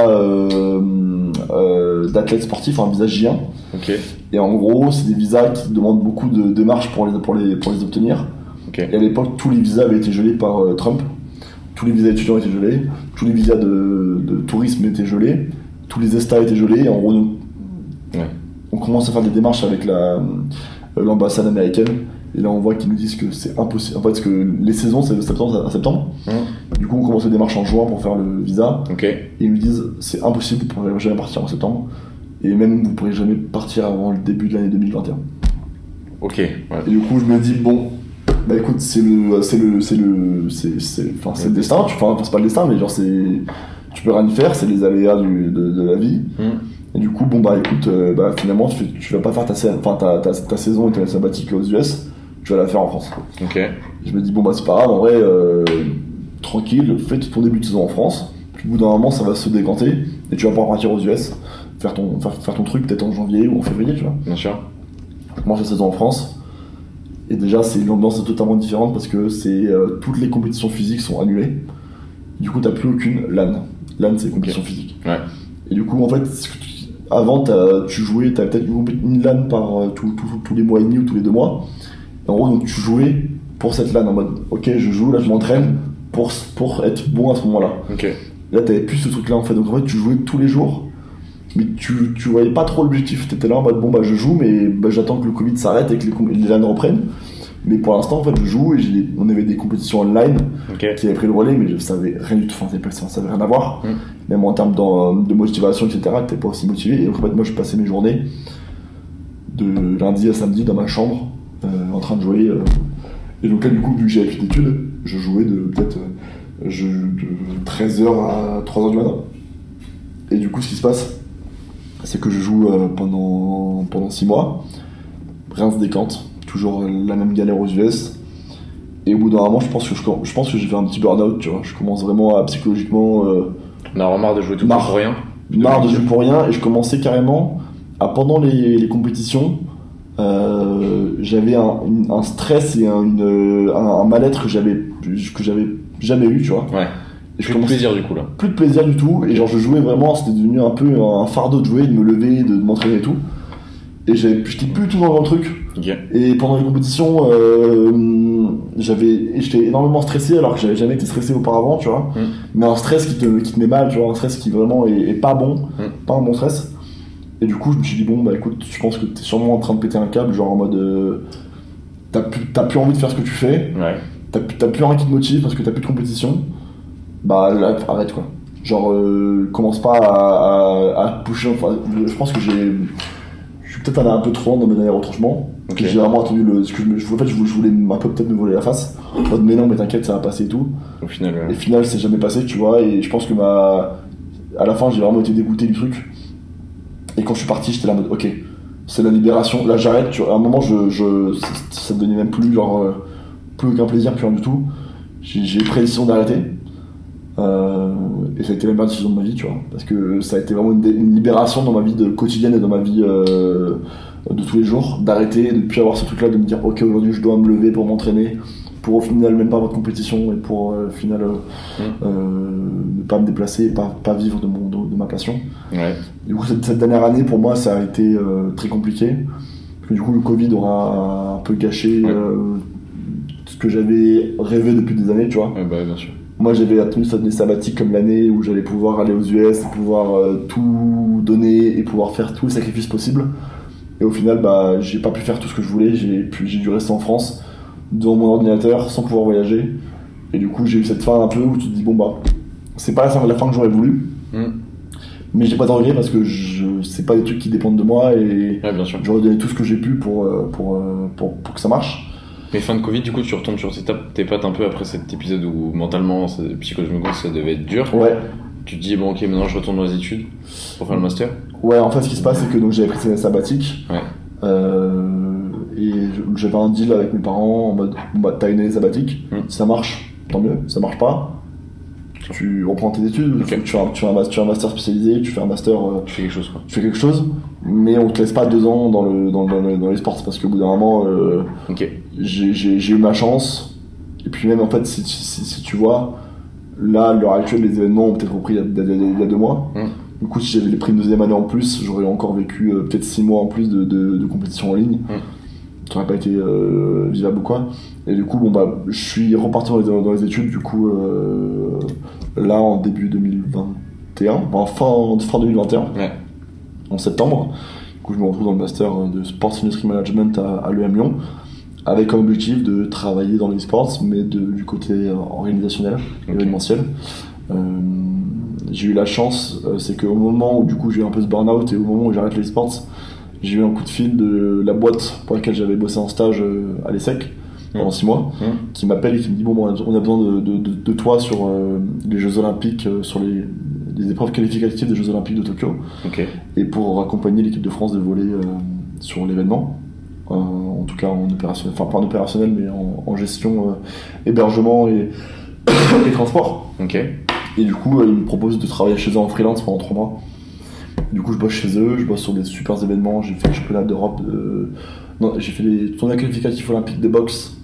d'athlète sportif, un visa J1. Et en gros, c'est des visas qui demandent beaucoup de démarches pour les obtenir. Et à l'époque, tous les visas avaient été gelés par Trump. tous les visas étudiants étaient gelés, tous les visas de tourisme étaient gelés, tous les ESTA étaient gelés, et en gros, on commence à faire des démarches avec l'ambassade américaine, et là on voit qu'ils nous disent que c'est impossible, en fait, parce que les saisons c'est de septembre à septembre, du coup on commence les démarches en juin pour faire le visa, et ils nous disent c'est impossible, vous ne pourrez jamais partir en septembre, et même vous ne pourrez jamais partir avant le début de l'année 2021. Et du coup je me dis bon, bah écoute, c'est le destin, enfin c'est pas le destin, mais genre tu peux rien y faire, c'est les aléas de la vie. Et du coup bon bah écoute, finalement tu vas pas faire ta saison et ta sabbatique aux US, tu vas la faire en France. Je me dis bon bah c'est pas grave, en vrai tranquille, fais ton début de saison en France, puis au bout d'un moment ça va se décanter et tu vas pouvoir partir aux US, faire ton truc peut-être en janvier ou en février, tu vois. Bien sûr. Je commence la saison en France. Et déjà, c'est une ambiance totalement différente parce que toutes les compétitions physiques sont annulées. Du coup, t'as plus aucune LAN. LAN, c'est compétition physique. Et du coup, en fait, avant, tu jouais, t'avais peut-être une LAN par tous les mois et demi ou tous les 2 mois. Et en gros, donc, tu jouais pour cette LAN en mode, ok, je joue, là, je m'entraîne pour être bon à ce moment-là. Là, t'avais plus ce truc-là, en fait. Donc, en fait, tu jouais tous les jours. Mais tu voyais pas trop l'objectif, t'étais là en mode bon bah je joue mais j'attends que le Covid s'arrête et que les LAN reprennent. Mais pour l'instant en fait je joue et on avait des compétitions online qui avaient pris le relais, mais je savais rien du tout, ça savait rien à voir. Même en termes de motivation etc, t'étais pas aussi motivé. Et donc en fait moi je passais mes journées de lundi à samedi dans ma chambre en train de jouer. Et donc là du coup vu que j'avais plus d'études, je jouais de 13h à 3h du matin. Et du coup ce qui se passe, c'est que je joue pendant 6 mois, rien se décante, toujours la même galère aux US, et au bout d'un moment je pense que j'ai fait un petit burn-out, tu vois, je commence vraiment à psychologiquement... On a marre de jouer tout pour rien. Marre de jouer pour rien, et je commençais carrément à, pendant les compétitions, j'avais un stress et un mal-être que j'avais jamais eu, tu vois. Plus de plaisir du coup là. Plus de plaisir du tout, et genre je jouais vraiment, c'était devenu un peu un fardeau de jouer, de me lever, de m'entraîner et tout. Et j'étais plus tout dans le truc. Et pendant les compétitions, j'étais énormément stressé alors que j'avais jamais été stressé auparavant, tu vois. Mais un stress qui te met mal, tu vois, un stress qui vraiment est pas bon, pas un bon stress. Et du coup je me suis dit bon bah écoute, je pense que t'es sûrement en train de péter un câble, genre en mode t'as plus envie de faire ce que tu fais, t'as plus rien qui te motive parce que t'as plus de compétition. Bah là, arrête quoi. Genre commence pas à pusher. Enfin, je pense que je suis peut-être allé un peu trop loin dans mes derniers retranchements. J'ai vraiment attendu je voulais un peu peut-être me voler la face. Mais non, mais t'inquiète, ça va passer et tout. Au final, Et au final, c'est jamais passé, tu vois. Et je pense que à la fin, j'ai vraiment été dégoûté du truc. Et quand je suis parti, j'étais là en mode ok, c'est la libération. Là, j'arrête. Tu vois, à un moment, ça me donnait même plus plus aucun plaisir, plus rien du tout. J'ai pris la décision d'arrêter. Et ça a été la meilleure décision de ma vie, tu vois, parce que ça a été vraiment une libération dans ma vie quotidienne et dans ma vie de tous les jours, d'arrêter, de ne plus avoir ce truc là, de me dire ok, aujourd'hui je dois me lever pour m'entraîner, pour au final même pas avoir de compétition et pour au final ne pas me déplacer et pas vivre de ma passion. Du coup cette dernière année pour moi ça a été très compliqué, parce que du coup le Covid aura un peu gâché ce que j'avais rêvé depuis des années, tu vois. Bien sûr. Moi j'avais tenu cette année sabbatique comme l'année où j'allais pouvoir aller aux US, pouvoir tout donner et pouvoir faire tous les sacrifices possibles. Et au final j'ai pas pu faire tout ce que je voulais, j'ai dû rester en France devant mon ordinateur sans pouvoir voyager. Et du coup j'ai eu cette fin un peu où tu te dis bon c'est pas la fin que j'aurais voulu. Mais j'ai pas de regrets parce que c'est pas des trucs qui dépendent de moi et j'aurais donné tout ce que j'ai pu pour que ça marche. Mais fin de Covid, du coup, tu retombes sur tes pattes un peu après cet épisode où mentalement, psychologiquement, ça devait être dur. Tu te dis, bon, ok, maintenant je retourne dans les études pour faire le master. En fait, ce qui se passe, c'est que donc, j'avais pris cette année sabbatique. Et j'avais un deal avec mes parents en mode, t'as une année sabbatique, si ça marche, tant mieux, ça marche pas. Tu reprends tes études, tu fais un master spécialisé, tu fais un master. Tu fais quelque chose, quoi. Tu fais quelque chose, mais on te laisse pas 2 ans dans les sports parce qu'au bout d'un moment, j'ai eu ma chance. Et puis même en fait, si tu vois, là, à l'heure actuelle, les événements ont peut-être repris il y a 2 mois. Du coup, si j'avais pris une 2e année en plus, j'aurais encore vécu peut-être 6 mois en plus de compétition en ligne. ça n'aurait pas été vivable ou quoi. Et du coup, je suis reparti dans les études, du coup, là, en début 2021, fin 2021, en septembre. Du coup, je me retrouve dans le master de Sports Industry Management à l'EM Lyon, avec comme objectif de travailler dans l'e-sports, mais du côté organisationnel, événementiel. J'ai eu la chance, c'est qu'au moment où du coup j'ai eu un peu ce burn-out et au moment où j'arrête l'e-sports, j'ai eu un coup de fil de la boîte pour laquelle j'avais bossé en stage à l'ESSEC pendant 6 mois, qui m'appelle et qui me dit on a besoin de toi sur les Jeux Olympiques, sur les épreuves qualificatives des Jeux Olympiques de Tokyo, et pour accompagner l'équipe de France de volley sur l'événement. En tout cas en opérationnel, enfin pas en opérationnel mais en gestion, hébergement et transport. Et du coup ils me proposent de travailler chez eux en freelance pendant 3 mois. Du coup je bosse chez eux, je bosse sur des super événements, j'ai fait les championnats d'Europe, j'ai fait les tournois qualificatifs olympiques de boxe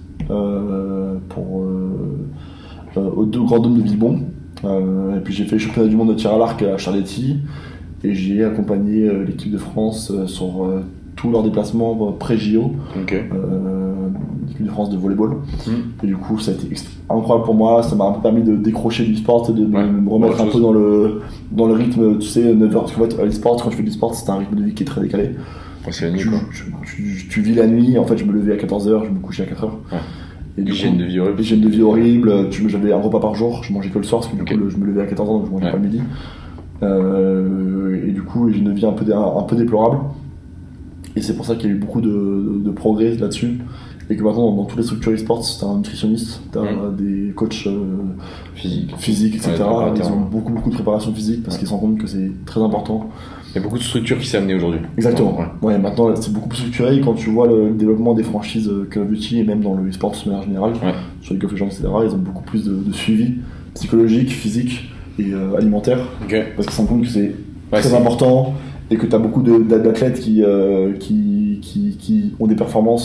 au Grand Dôme de Villebon, et puis j'ai fait les championnats du monde de tir à l'arc à Charletti, et j'ai accompagné l'équipe de France sur tous leurs déplacements pré-JO, l'équipe de France de volleyball. Et du coup ça a été incroyable pour moi, ça m'a un peu permis de décrocher du sport, de me remettre un peu dans le rythme, tu sais, 9h, parce qu'en fait l'e-sport, quand tu fais du sport, c'est un rythme de vie qui est très décalé. C'est la nuit, tu vis la nuit, en fait je me levais à 14h, je me couchais à 4h. Et hygiène de vie horrible, j'avais un repas par jour, je mangeais que le soir, parce que du coup je me levais à 14h, donc je mangeais pas le midi. Et du coup j'ai une vie un peu déplorable. Et c'est pour ça qu'il y a eu beaucoup de progrès là-dessus. Et que maintenant, dans toutes les structures e-sports, t'as un nutritionniste, t'as des coachs physiques, etc. Ils ont beaucoup de préparation physique parce qu'ils se rendent compte que c'est très important. Il y a beaucoup de structures qui s'est amené aujourd'hui. Exactement. Maintenant, c'est beaucoup plus structuré. Et quand tu vois le développement des franchises Call of Duty et même dans le e-sport de manière générale, sur League of Legends, etc., ils ont beaucoup plus de suivi psychologique, physique et alimentaire. Parce qu'ils se rendent compte que c'est très important. Et que tu as beaucoup d'athlètes qui ont des performances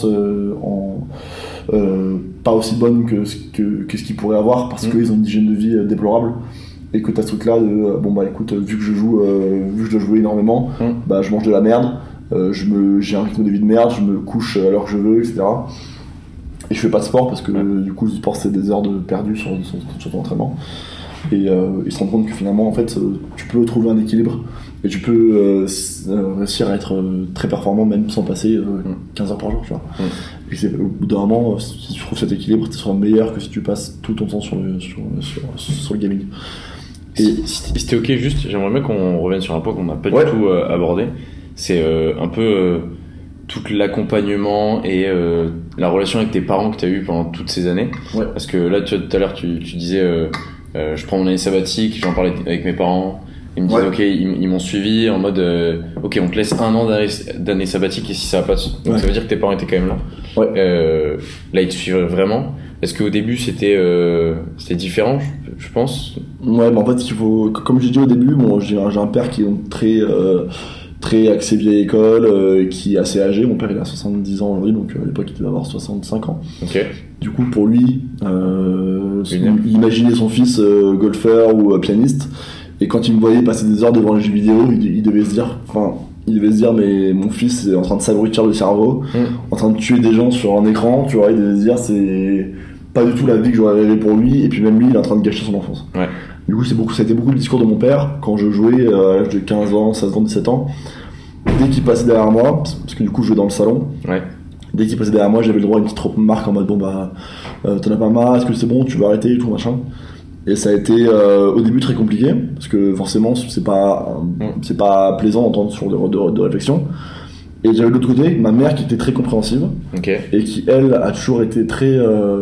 pas aussi bonnes que ce qu'ils pourraient avoir parce qu'ils ont une hygiène de vie déplorable, et que tu as ce truc là de écoute, vu que je dois jouer énormément, je mange de la merde, j'ai un rythme de vie de merde, je me couche à l'heure que je veux, etc. Et je fais pas de sport parce que du coup le sport c'est des heures perdues sur ton entraînement. Et ils se rendent compte que finalement en fait tu peux trouver un équilibre et tu peux réussir à être très performant même sans passer 15 heures par jour, tu vois. Et c'est, au bout d'un moment, si tu trouves cet équilibre, tu seras meilleur que si tu passes tout ton temps sur le gaming. Et si t'es ok, juste j'aimerais bien qu'on revienne sur un point qu'on n'a pas du tout abordé, c'est un peu tout l'accompagnement et la relation avec tes parents que tu as eu pendant toutes ces années. Parce que là tout à l'heure tu disais je prends mon année sabbatique, j'en parlais avec mes parents, ils me disent ok, ils m'ont suivi en mode ok, on te laisse 1 an d'année sabbatique, et si ça va pas, donc ça veut dire que tes parents étaient quand même là. Là ils te suivent vraiment. Est-ce qu'au début c'était différent, je pense? En fait, comme j'ai dit au début, j'ai un père qui est très axé vieille école, qui est assez âgé. Mon père il a 70 ans aujourd'hui, donc à l'époque il devait avoir 65 ans. Du coup pour lui, il imaginait son fils golfeur ou pianiste, et quand il me voyait passer des heures devant les jeux vidéo, il devait se dire mais mon fils est en train de s'abrutir le cerveau, en train de tuer des gens sur un écran, tu vois. Il devait se dire c'est pas du tout la vie que j'aurais rêvé pour lui, et puis même lui il est en train de gâcher son enfance. Du coup ça a été beaucoup le discours de mon père quand je jouais à l'âge de 15 ans, 16 ans, 17 ans. Dès qu'il passait derrière moi, parce que du coup je jouais dans le salon, dès qu'il passait derrière moi, j'avais le droit à une petite remarque en mode t'en as pas marre, est-ce que c'est bon, tu vas arrêter et tout machin. Et ça a été au début très compliqué parce que forcément c'est pas plaisant d'entendre ce genre de réflexion. Et j'avais de l'autre côté ma mère qui était très compréhensive, et qui elle a toujours été très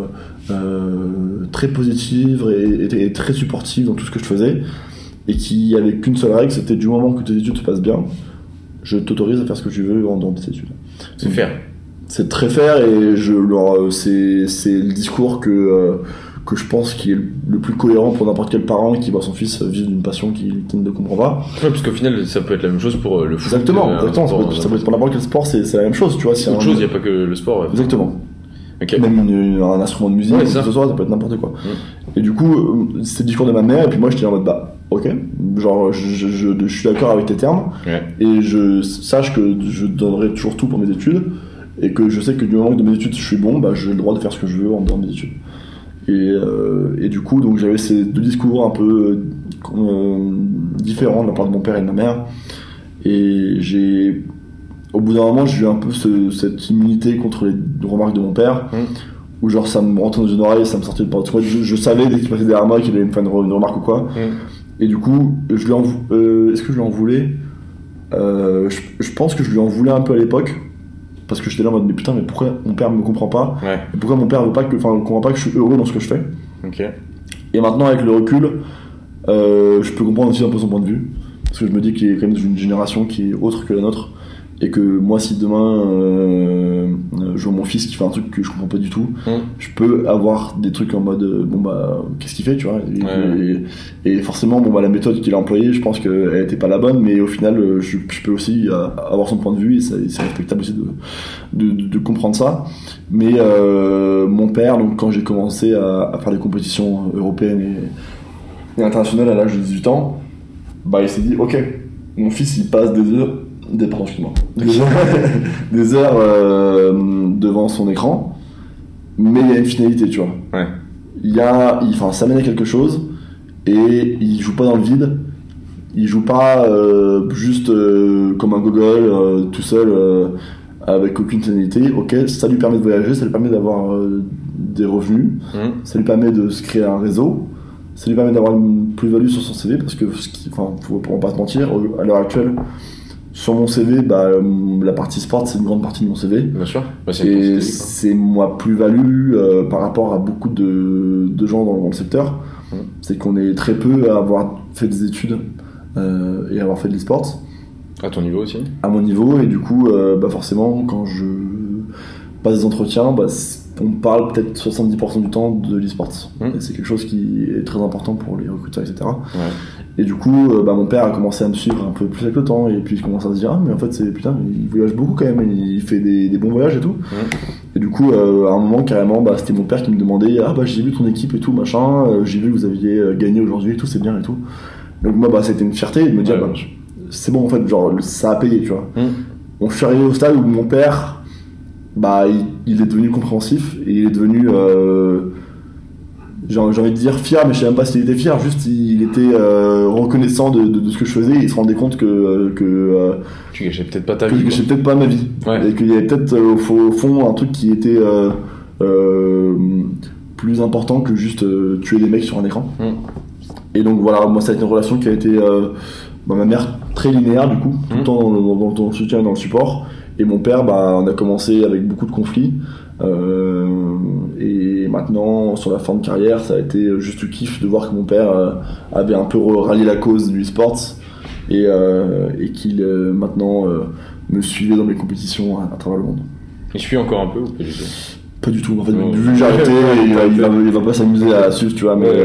positive et très supportive dans tout ce que je faisais, et qui avait qu'une seule règle, c'était du moment que tes études se passent bien, je t'autorise à faire ce que tu veux dans tes études. C'est fair. C'est très fair, et c'est le discours que je pense qui est le plus cohérent pour n'importe quel parent qui voit son fils vivre d'une passion qu'il ne comprend pas. Parce qu'au final ça peut être la même chose pour le foot. Exactement, ça peut être pour n'importe quel sport, c'est la même chose, tu vois. Autre chose, il n'y a pas que le sport. Exactement. Même un instrument de musique, ça peut être n'importe quoi. Et du coup, c'était le discours de ma mère, et puis moi j'étais en mode ok, genre je suis d'accord avec tes termes, et je sache que je donnerai toujours tout pour mes études, et que je sais que du moment que de mes études je suis bon, bah j'ai le droit de faire ce que je veux en dehors de mes études. Et du coup, donc j'avais ces deux discours un peu différents de la part de mon père et de ma mère. Et au bout d'un moment, j'ai eu un peu cette immunité contre les remarques de mon père, où genre ça me rentrait dans une oreille, ça me sortait de par dessus. Je savais dès qu'il passait derrière moi qu'il allait me faire une remarque ou quoi. Et du coup, est-ce que je lui en voulais je pense que je lui en voulais un peu à l'époque. Parce que j'étais là en mode mais putain, mais pourquoi mon père me comprend pas, et pourquoi mon père comprend pas que je suis heureux dans ce que je fais. Et maintenant avec le recul, je peux comprendre aussi un peu son point de vue, parce que je me dis qu'il est quand même d'une génération qui est autre que la nôtre, et que moi si demain je vois mon fils qui fait un truc que je comprends pas du tout, je peux avoir des trucs en mode bon bah qu'est-ce qu'il fait, tu vois, et forcément bon bah la méthode qu'il a employée, je pense qu'elle était pas la bonne, mais au final je peux aussi avoir son point de vue, et c'est respectable aussi de comprendre ça. Mais mon père, donc quand j'ai commencé à faire des compétitions européennes et internationales à l'âge de 18 ans, bah il s'est dit ok, mon fils il passe des heures devant son écran, mais il y a une finalité, tu vois. Ça mène à quelque chose, et il joue pas dans le vide, il joue pas juste comme un gogol tout seul avec aucune finalité. Ok, ça lui permet de voyager, ça lui permet d'avoir des revenus, ça lui permet de se créer un réseau, ça lui permet d'avoir une plus-value sur son CV, parce que faut pas se mentir, à l'heure actuelle sur mon CV, la partie sport c'est une grande partie de mon CV. Bien sûr. Et c'est moi plus-value par rapport à beaucoup de gens dans le secteur. C'est qu'on est très peu à avoir fait des études et avoir fait de l'e-sport. À ton niveau aussi ? À mon niveau, et du coup, forcément, quand je passe des entretiens, on parle peut-être 70% du temps de l'e-sport. Et c'est quelque chose qui est très important pour les recruteurs, etc. Et du coup, mon père a commencé à me suivre un peu plus avec le temps, et puis il commence à se dire ah mais en fait il voyage beaucoup quand même, il fait des bons voyages et tout. Et du coup, à un moment carrément, c'était mon père qui me demandait j'ai vu ton équipe et tout machin, j'ai vu que vous aviez gagné aujourd'hui et tout, c'est bien et tout. Donc moi c'était une fierté de me dire c'est bon en fait, genre ça a payé, tu vois. On suis arrivé au stade où mon père il est devenu compréhensif, et il est devenu j'ai envie de dire fier, mais je sais même pas s'il était fier, juste il était reconnaissant de ce que je faisais, et il se rendait compte que tu gâchais peut-être pas ta vie, que je gâchais peut-être pas ma vie, et qu'il y avait peut-être au fond un truc qui était plus important que juste tuer des mecs sur un écran. Et donc voilà, moi ça a été une relation qui a été ma mère très linéaire du coup, tout le temps dans le soutien et dans le support. Et mon père, on a commencé avec beaucoup de conflits, et maintenant sur la fin de carrière, ça a été juste le kiff de voir que mon père avait un peu rallié la cause du e-sport, et qu'il maintenant me suivait dans mes compétitions à travers le monde. Il suit encore un peu ou pas du tout ? Pas du tout, en fait, vu que j'ai arrêté, il va pas s'amuser à suivre, tu vois, mais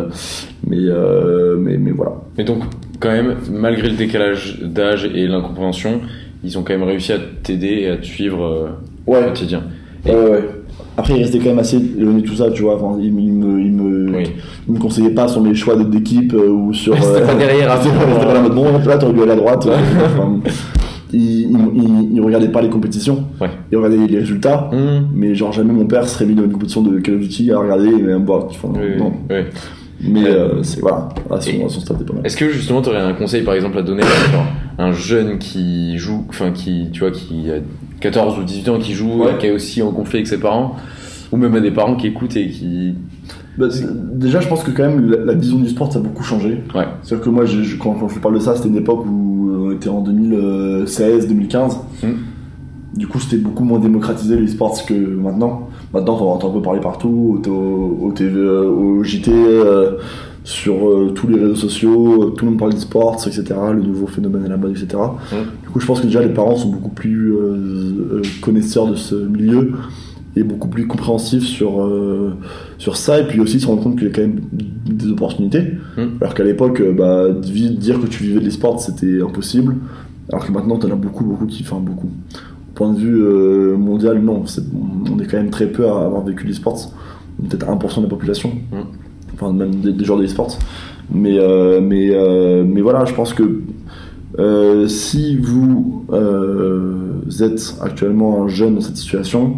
voilà. Mais donc, quand même, malgré le décalage d'âge et l'incompréhension, ils ont quand même réussi à t'aider et à te suivre au quotidien. Ouais. Après, il restait quand même assez éloigné de tout ça, tu vois. Enfin, il me conseillait pas sur mes choix d'équipe ou sur. C'était pas derrière. C'était pas la mode bon, là, t'aurais dû aller à droite. Il regardait pas les compétitions. Il regardait les résultats. Mais genre, jamais mon père serait mis dans une compétition de Call of Duty à regarder et même voir. Non. Mais c'est voilà, son stade est pas mal. Est-ce que justement tu aurais un conseil par exemple à donner à un jeune qui joue, qui a 14 ou 18 ans, qui joue, qui est aussi en conflit avec ses parents, ou même à des parents qui écoutent et qui... Déjà je pense que quand même la vision du sport ça a beaucoup changé. C'est-à-dire que moi quand je parle de ça, c'était une époque où on était en 2016-2015. Du coup c'était beaucoup moins démocratisé l'e-sport que maintenant. Maintenant, on entend un peu parler partout, au TV, au JT, sur tous les réseaux sociaux, tout le monde parle d'e-sport, etc., le nouveau phénomène à la mode, etc. Du coup, je pense que déjà les parents sont beaucoup plus connaisseurs de ce milieu et beaucoup plus compréhensifs sur ça, et puis aussi se rendre compte qu'il y a quand même des opportunités. Alors qu'à l'époque, dire que tu vivais de l'e-sport, c'était impossible, alors que maintenant, t'en as beaucoup qui... Enfin, beaucoup. Point de vue mondial, non, on est quand même très peu à avoir vécu l'e-sport, peut-être 1% de la population, enfin même des joueurs de l'e-sport, mais voilà, je pense que si vous vous êtes actuellement un jeune dans cette situation,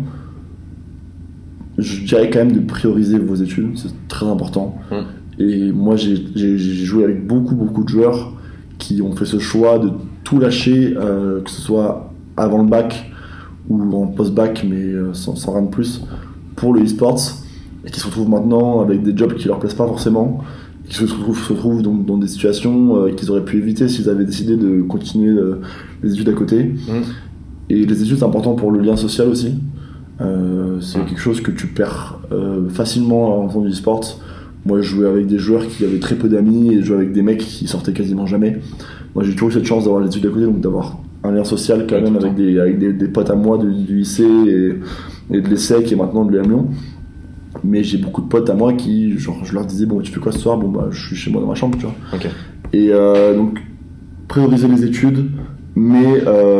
je dirais quand même de prioriser vos études, c'est très important. Et moi j'ai joué avec beaucoup de joueurs qui ont fait ce choix de tout lâcher, que ce soit avant le bac ou en post-bac, mais sans rien de plus, pour le e-sports, et qui se retrouvent maintenant avec des jobs qui leur plaisent pas forcément, qui se retrouvent donc dans des situations qu'ils auraient pu éviter s'ils avaient décidé de continuer les études à côté. Et les études, c'est important pour le lien social aussi. C'est quelque chose que tu perds facilement en faisant du e-sport. Moi, je jouais avec des joueurs qui avaient très peu d'amis et je jouais avec des mecs qui sortaient quasiment jamais. Moi, j'ai toujours eu cette chance d'avoir les études à côté, donc d'avoir un lien social quand même avec des potes à moi du lycée et de l'ESSEC et maintenant de l'EM Lyon. Mais j'ai beaucoup de potes à moi qui, genre, je leur disais, bon, tu fais quoi ce soir? Bon, bah, je suis chez moi dans ma chambre, tu vois. Et donc, prioriser les études, mais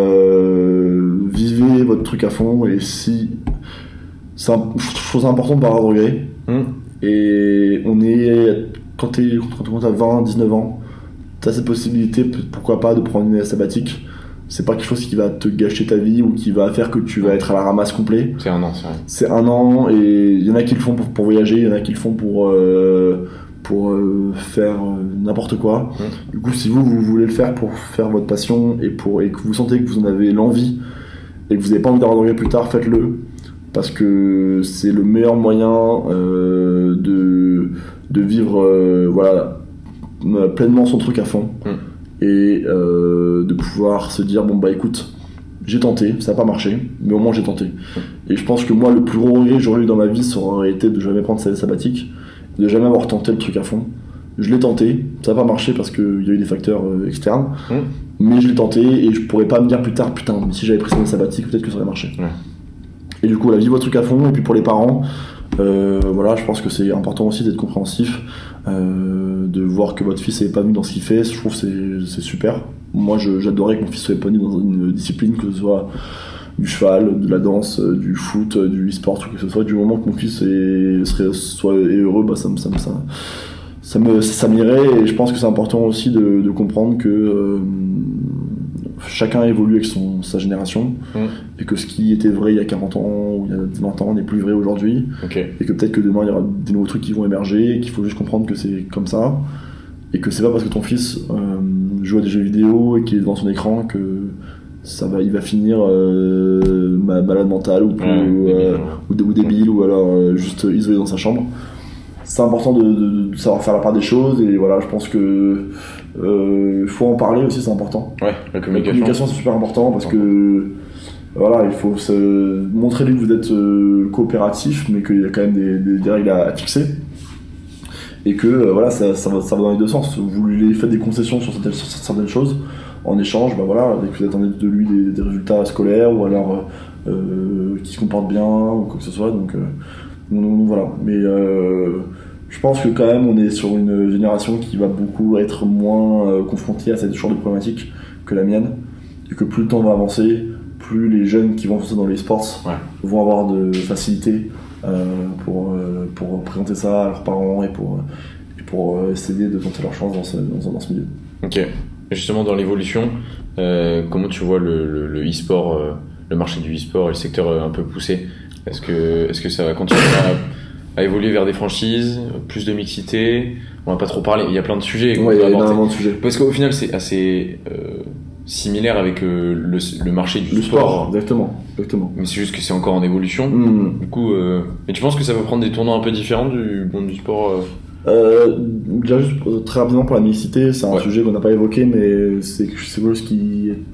vivez votre truc à fond, et si je trouve ça important de pas avoir de regrets. Et quand t'as 20, 19 ans, t'as cette possibilité, pourquoi pas, de prendre une année sabbatique. C'est pas quelque chose qui va te gâcher ta vie ou qui va faire que tu vas être à la ramasse complet. C'est un an, c'est vrai. C'est un an, et il y en a qui le font pour voyager, il y en a qui le font pour faire n'importe quoi. Du coup, si vous voulez le faire pour faire votre passion et que vous sentez que vous en avez l'envie et que vous n'avez pas envie d'avoir de regrets plus tard, faites-le, parce que c'est le meilleur moyen de vivre pleinement son truc à fond. Et de pouvoir se dire, bon bah écoute, j'ai tenté, ça n'a pas marché, mais au moins j'ai tenté. Et je pense que moi, le plus gros regret que j'aurais eu dans ma vie, ça aurait été de jamais prendre cette sabbatique, de jamais avoir tenté le truc à fond. Je l'ai tenté, ça n'a pas marché parce qu'il y a eu des facteurs externes, mais je l'ai tenté, et je pourrais pas me dire plus tard, putain, si j'avais pris cette sabbatique, peut-être que ça aurait marché. Et du coup, vivez votre truc à fond. Et puis pour les parents, je pense que c'est important aussi d'être compréhensif, de voir que votre fils est épanoui dans ce qu'il fait. Je trouve que c'est super. Moi, j'adorais que mon fils soit épanoui dans une discipline, que ce soit du cheval, de la danse, du foot, du e-sport, ou que ce soit. Du moment que mon fils soit heureux, bah, ça m'irait. Et je pense que c'est important aussi de comprendre que chacun évolue avec sa génération, et que ce qui était vrai il y a 40 ans ou il y a 20 ans n'est plus vrai aujourd'hui, et que peut-être que demain il y aura des nouveaux trucs qui vont émerger, et qu'il faut juste comprendre que c'est comme ça, et que c'est pas parce que ton fils joue à des jeux vidéo et qu'il est devant son écran que il va finir malade mental ou débile, ou alors juste isolé dans sa chambre. C'est important de savoir faire la part des choses, et voilà, je pense que faut en parler aussi, c'est important. La communication c'est super important, parce que voilà, il faut montrer que vous êtes coopératif, mais qu'il y a quand même des règles à fixer, et que ça va dans les deux sens. Vous lui faites des concessions sur certaines choses, en échange, dès que vous attendez de lui des résultats scolaires, ou alors qu'il se comporte bien ou quoi que ce soit, donc voilà. Mais je pense que quand même on est sur une génération qui va beaucoup être moins confrontée à cette genre de problématique que la mienne, et que plus le temps va avancer, plus les jeunes qui vont faire ça dans les sports vont avoir de facilité pour présenter ça à leurs parents, et pour essayer de tenter leur chance dans ce milieu. Ok. Et justement, dans l'évolution, comment tu vois le e-sport, le marché du e-sport et le secteur un peu poussé? Est-ce que ça va continuer à évoluer vers des franchises, plus de mixité? On va pas trop parler, il y a plein de sujets. Il y a énormément de sujets. Parce qu'au final, c'est assez similaire avec le marché du sport. Exactement. Mais c'est juste que c'est encore en évolution. Du coup, mais tu penses que ça va prendre des tournants un peu différents du monde du sport Déjà, juste très rapidement pour la mixité, c'est un sujet qu'on n'a pas évoqué, mais c'est quelque chose qui est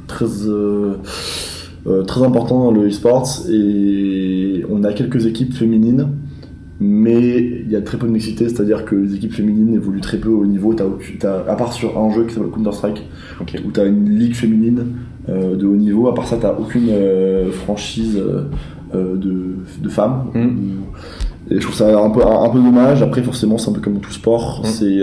très important dans le e-sport, et on a quelques équipes féminines, mais il y a très peu de mixité, c'est-à-dire que les équipes féminines évoluent très peu au niveau. À part sur un jeu qui s'appelle Counter-Strike, où tu as une ligue féminine de haut niveau, à part ça, tu n'as aucune franchise de femmes. Et je trouve ça un peu dommage. Après, forcément, c'est un peu comme tout sport, c'est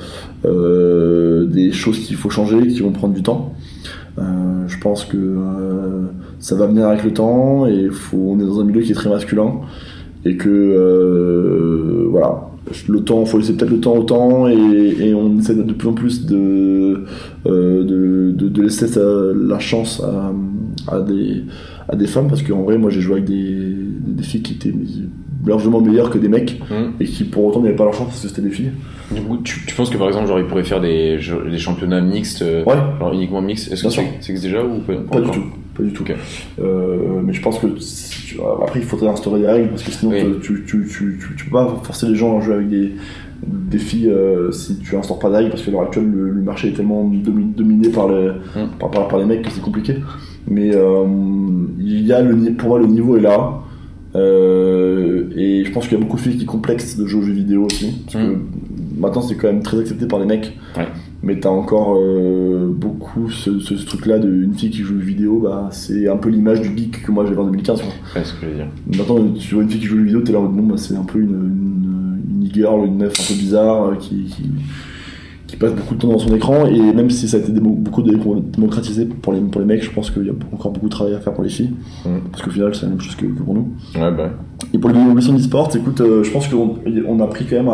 des choses qu'il faut changer, qui vont prendre du temps. Je pense que ça va venir avec le temps, et on est dans un milieu qui est très masculin, et que le temps, faut laisser peut-être le temps au temps, et on essaie de plus en plus de laisser la chance à des femmes, parce qu'en vrai, moi j'ai joué avec des filles qui étaient largement meilleures que des mecs, et qui pour autant n'avaient pas leur chance parce que c'était des filles. Du coup, tu penses que par exemple, genre, ils pourraient faire des championnats mixtes, genre uniquement mixtes? Est-ce que ça existe déjà ou pas du tout? Pas du tout. Okay. Mais je pense que après il faudrait instaurer des règles, parce que sinon tu peux pas forcer les gens à jouer avec des filles si tu instaures pas de règles, parce que à l'heure actuelle le marché est tellement dominé par les mecs que c'est compliqué. Mais il y a pour moi le niveau est là. Et je pense qu'il y a beaucoup de filles qui complexent de jouer aux jeux vidéo aussi, parce que maintenant c'est quand même très accepté par les mecs, mais t'as encore beaucoup ce truc là d'une fille qui joue aux jeux vidéo, c'est un peu l'image du geek que moi j'avais en 2015 quoi. C'est ce que je veux dire. Maintenant tu vois une fille qui joue aux jeux vidéo, t'es là en mode c'est un peu une e-girl, une meuf un peu bizarre qui passe beaucoup de temps dans son écran, et même si ça a été beaucoup démocratisé pour les mecs, je pense qu'il y a encore beaucoup de travail à faire pour les filles, parce qu'au final c'est la même chose que pour nous. Et pour l'évolution de l'e-sport, écoute, je pense qu'on a pris quand même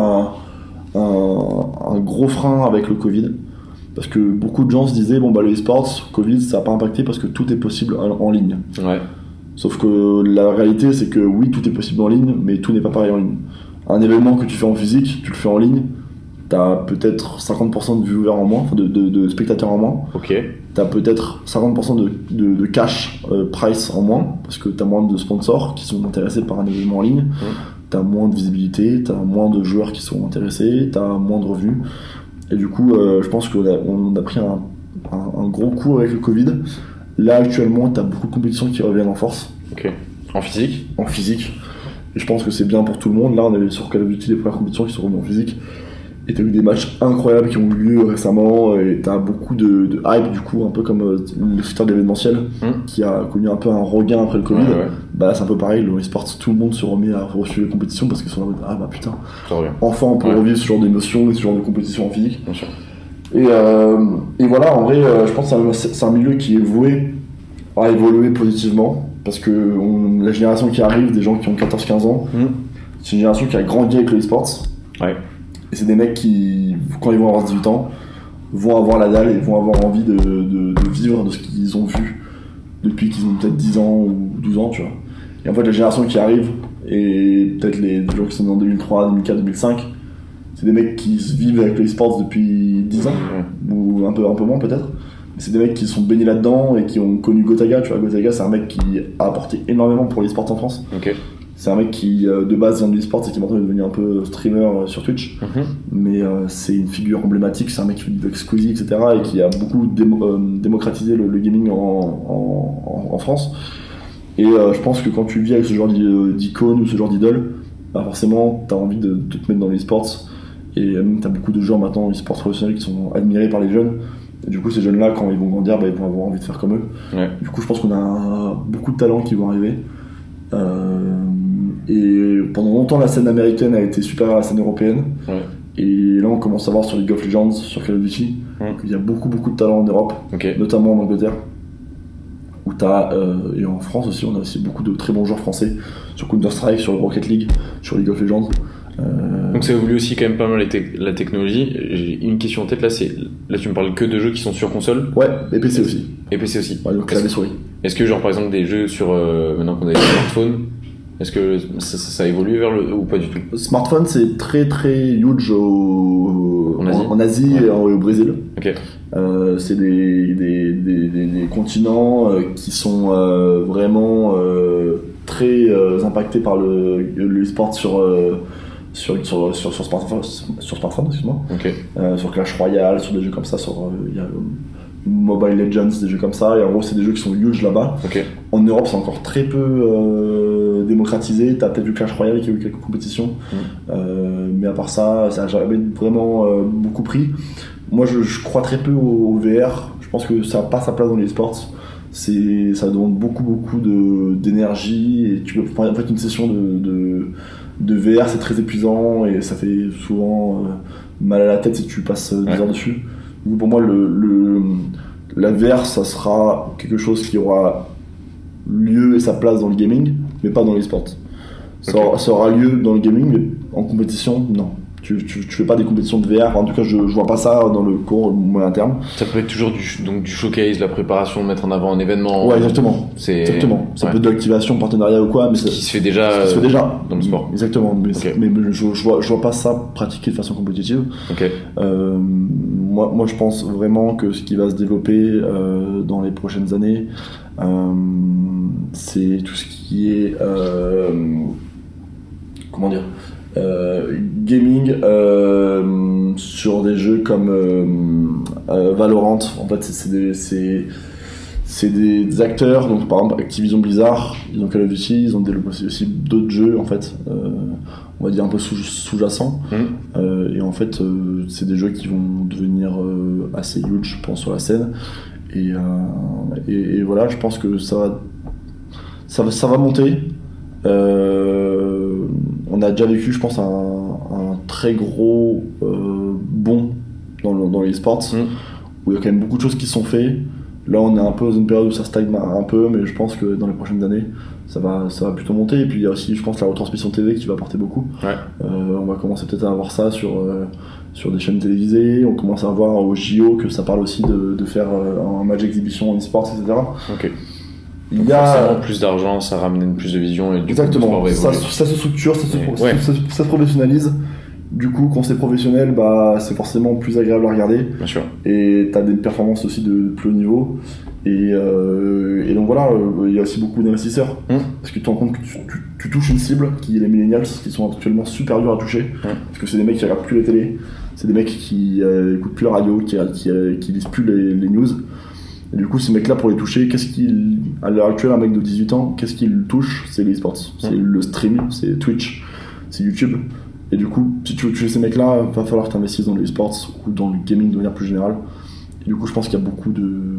un gros frein avec le Covid, parce que beaucoup de gens se disaient le e-sport, Covid ça n'a pas impacté parce que tout est possible en ligne. Sauf que la réalité c'est que oui, tout est possible en ligne, mais tout n'est pas pareil en ligne. Un événement que tu fais en physique, tu le fais en ligne, t'as peut-être 50% de viewers en moins, de spectateurs en moins. T'as peut-être 50% de cash price en moins, parce que t'as moins de sponsors qui sont intéressés par un événement en ligne. T'as moins de visibilité, t'as moins de joueurs qui sont intéressés, t'as moins de revenus. Et du coup, je pense qu'on a pris un gros coup avec le Covid. Là, actuellement, t'as beaucoup de compétitions qui reviennent en force. En physique ? En physique. Et je pense que c'est bien pour tout le monde. Là, on avait sur Call of Duty les premières compétitions qui sont revenues en physique. Et t'as eu des matchs incroyables qui ont eu lieu récemment, et t'as beaucoup de hype, du coup, un peu comme le secteur de l'événementiel, qui a connu un peu un regain après le Covid. C'est un peu pareil, le e-sport, tout le monde se remet à suivre les compétitions parce qu'ils sont là en mode putain, enfin on peut revivre ce genre d'émotions et ce genre de compétition en physique. Bien sûr. Et voilà, en vrai, je pense que c'est un milieu qui est voué à évoluer positivement, parce que la génération qui arrive, des gens qui ont 14-15 ans, c'est une génération qui a grandi avec le e-sport. Et c'est des mecs qui, quand ils vont avoir 18 ans, vont avoir la dalle et vont avoir envie de vivre de ce qu'ils ont vu depuis qu'ils ont peut-être 10 ans ou 12 ans, tu vois. Et en fait, la génération qui arrive, et peut-être les gens qui sont nés en 2003, 2004, 2005, c'est des mecs qui vivent avec le e-sports depuis 10 ans, ou un peu moins peut-être. C'est des mecs qui sont baignés là-dedans et qui ont connu Gotaga, tu vois. Gotaga, c'est un mec qui a apporté énormément pour l'e-sport en France. C'est un mec qui, de base, vient de l'e-sport et qui maintenant est devenu un peu streamer sur Twitch. Mais c'est une figure emblématique, c'est un mec qui fait du Squeezie, etc. et qui a beaucoup démocratisé le gaming en France. Et je pense que quand tu vis avec ce genre d'icône ou ce genre d'idole, forcément, t'as envie de te mettre dans l'e-sport. Et même, t'as beaucoup de gens maintenant, e-sport professionnels, qui sont admirés par les jeunes. Et du coup, ces jeunes-là, quand ils vont grandir, ils vont avoir envie de faire comme eux. Du coup, je pense qu'on a beaucoup de talents qui vont arriver. Et pendant longtemps, la scène américaine a été supérieure à la scène européenne. Et là, on commence à voir sur League of Legends, sur Call of Duty, qu'il y a beaucoup de talents en Europe, notamment en Angleterre. Et en France aussi, on a aussi beaucoup de très bons joueurs français sur Counter-Strike, sur Rocket League, sur League of Legends. Donc ça évolue aussi quand même pas mal la technologie. J'ai une question en tête là, tu me parles que de jeux qui sont sur console? Et PC aussi. Et PC aussi. Donc clavier souris. Est-ce que genre par exemple des jeux sur maintenant qu'on a des smartphones, est-ce que ça a évolué vers ou pas du tout? Smartphone, c'est très très huge en Asie et au Brésil. C'est des continents qui sont vraiment très impactés par le e-sport sur smartphone, excuse-moi. Sur Clash Royale, sur des jeux comme ça, y a Mobile Legends, des jeux comme ça, et en gros c'est des jeux qui sont huge là-bas. En Europe c'est encore très peu démocratisé, t'as peut-être du Clash Royale qui a eu quelques compétitions, mais à part ça a jamais vraiment beaucoup pris. Moi je crois très peu au VR, je pense que ça n'a pas sa place dans les sports. Ça demande beaucoup d'énergie, et tu peux en fait une session de VR c'est très épuisant et ça fait souvent mal à la tête si tu passes des heures dessus. Donc pour moi la VR ça sera quelque chose qui aura lieu et sa place dans le gaming, mais pas dans les sports. Ça aura lieu dans le gaming, mais en compétition non. Tu fais pas des compétitions de VR, en tout cas je vois pas ça dans le court moyen terme. Ça peut être toujours du showcase, la préparation, mettre en avant un événement. Ouais, exactement. Ça peut être de l'activation, partenariat ou quoi, mais qui se fait déjà dans le sport. Exactement, mais je vois pas ça pratiquer de façon compétitive. Moi je pense vraiment que ce qui va se développer dans les prochaines années, c'est tout ce qui est gaming sur des jeux comme Valorant. En fait, c'est des acteurs, donc par exemple Activision Blizzard, ils ont Call of Duty, ils ont développé aussi d'autres jeux en fait, on va dire un peu sous-jacents. Et en fait, c'est des jeux qui vont devenir assez huge, je pense, sur la scène. Et voilà, je pense que ça va monter. On a déjà vécu, je pense, un très gros bond dans les e-sports, où il y a quand même beaucoup de choses qui sont faites. Là, on est un peu dans une période où ça stagne un peu, mais je pense que dans les prochaines années, ça va plutôt monter. Et puis il y a aussi, je pense, la retransmission TV qui va apporter beaucoup. On va commencer peut-être à avoir ça sur des chaînes télévisées. On commence à voir au JO que ça parle aussi de faire un match d'exhibition en e-sport, etc. Donc il y a forcément plus d'argent, ça ramène plus de vision et du exactement. Coup, ça se structure, ça se professionnalise. Du coup, quand c'est professionnel, c'est forcément plus agréable à regarder. Bien sûr. Et t'as des performances aussi de plus haut niveau. Et donc voilà, il y a aussi beaucoup d'investisseurs. Parce que tu te rends compte que tu touches une cible qui est les millennials, qui sont actuellement super durs à toucher. Parce que c'est des mecs qui regardent plus la télé, c'est des mecs qui écoutent plus la radio, qui lisent plus les news. Et du coup, ces mecs-là, pour les toucher, à l'heure actuelle, un mec de 18 ans, qu'est-ce qu'il touche ? C'est l'e-sports, c'est le stream, c'est Twitch, c'est YouTube. Et du coup, si tu veux toucher ces mecs-là, il va falloir que tu investisses dans l'e-sports ou dans le gaming de manière plus générale. Et du coup, je pense qu'il y a beaucoup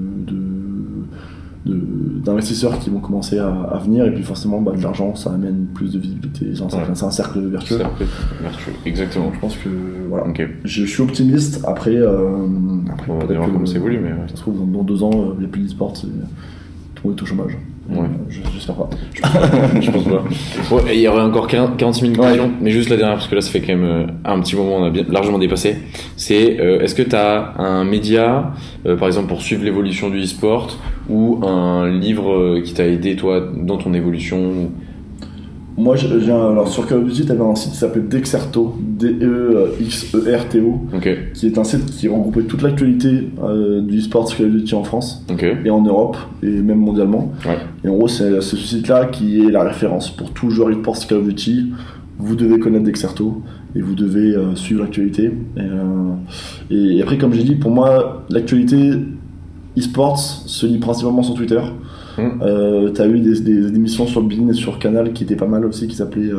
d'investisseurs qui vont commencer à venir, et puis forcément, de l'argent, ça amène plus de visibilité. C'est un cercle vertueux. Exactement. Je pense que voilà. Je suis optimiste. Après on va voir comment ça évolue, mais ça se trouve dans 2 ans, il n'y a plus d'e-sport, tout le monde est au chômage. J'espère pas. Je pense pas. Il y aurait encore 46 000 questions, mais juste la dernière, parce que là ça fait quand même un petit moment, on a largement dépassé. C'est est-ce que tu as un média, par exemple pour suivre l'évolution du e-sport, ou un livre qui t'a aidé toi dans ton évolution? Moi, alors sur Call of Duty, t'avais un site qui s'appelait Dexerto, Dexerto, qui est un site qui regroupait toute l'actualité du e-sport Call of Duty en France et en Europe et même mondialement. Et en gros, c'est ce site-là qui est la référence pour tout joueur e-sport Call of Duty. Vous devez connaître Dexerto et vous devez suivre l'actualité. Et après, comme j'ai dit, pour moi, l'actualité e-sports se lit principalement sur Twitter. T'as eu des émissions sur Bein et sur Canal qui étaient pas mal aussi, qui s'appelaient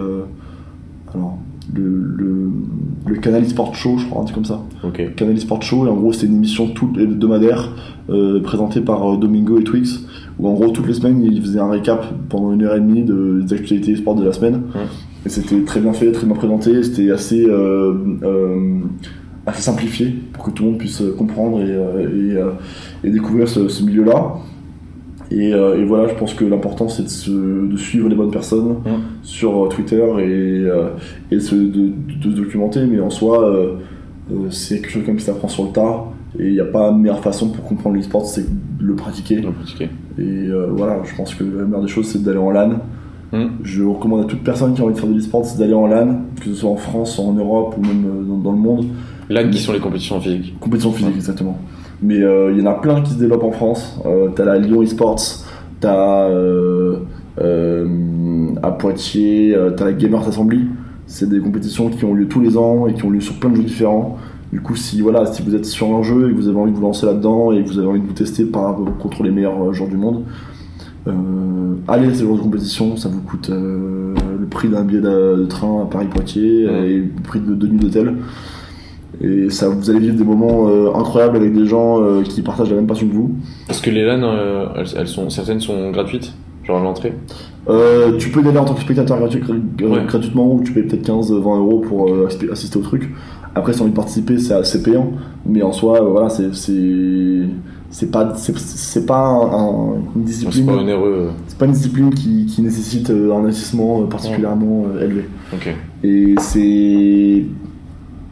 le Canal eSport Show, je crois, un truc comme ça. Canal eSport Show, et en gros c'était une émission hebdomadaire présentée par Domingo et Twix, où en gros toutes les semaines ils faisaient un récap pendant 1h30 des actualités e-sport de la semaine. Et c'était très bien fait, très bien présenté, c'était assez simplifié pour que tout le monde puisse comprendre et découvrir ce milieu-là. Et voilà, je pense que l'important c'est de suivre les bonnes personnes sur Twitter et de se documenter, mais en soi c'est quelque chose comme qui s'apprend sur le tas, et il n'y a pas de meilleure façon pour comprendre l'e-sport, c'est de le pratiquer. Et voilà, je pense que la meilleure des choses c'est d'aller en LAN. Je recommande à toute personne qui a envie de faire de l'e-sport, c'est d'aller en LAN, que ce soit en France, en Europe ou même dans le monde. LAN qui sont les compétitions physiques. Compétitions physiques, exactement. Mais il y en a plein qui se développent en France. T'as la Lyon eSports, t'as à Poitiers, t'as la Gamers Assembly. C'est des compétitions qui ont lieu tous les ans et qui ont lieu sur plein de jeux différents. Du coup, si vous êtes sur un jeu et que vous avez envie de vous lancer là-dedans et que vous avez envie de vous tester contre les meilleurs joueurs du monde, allez à ces genres de compétitions. Ça vous coûte le prix d'un billet de train à Paris-Poitiers et le prix de 2 nuits d'hôtel. Et ça, vous allez vivre des moments incroyables avec des gens qui partagent la même passion que vous. Est-ce que les LAN, certaines sont gratuites, genre à l'entrée? Tu peux y aller en tant que spectateur gratuitement, ou tu payes peut-être 15-20 euros pour assister au truc. Après, si on veut participer, c'est assez payant, mais en soi, voilà, c'est pas une discipline. C'est pas onéreux. C'est pas une discipline qui nécessite un investissement particulièrement élevé. Et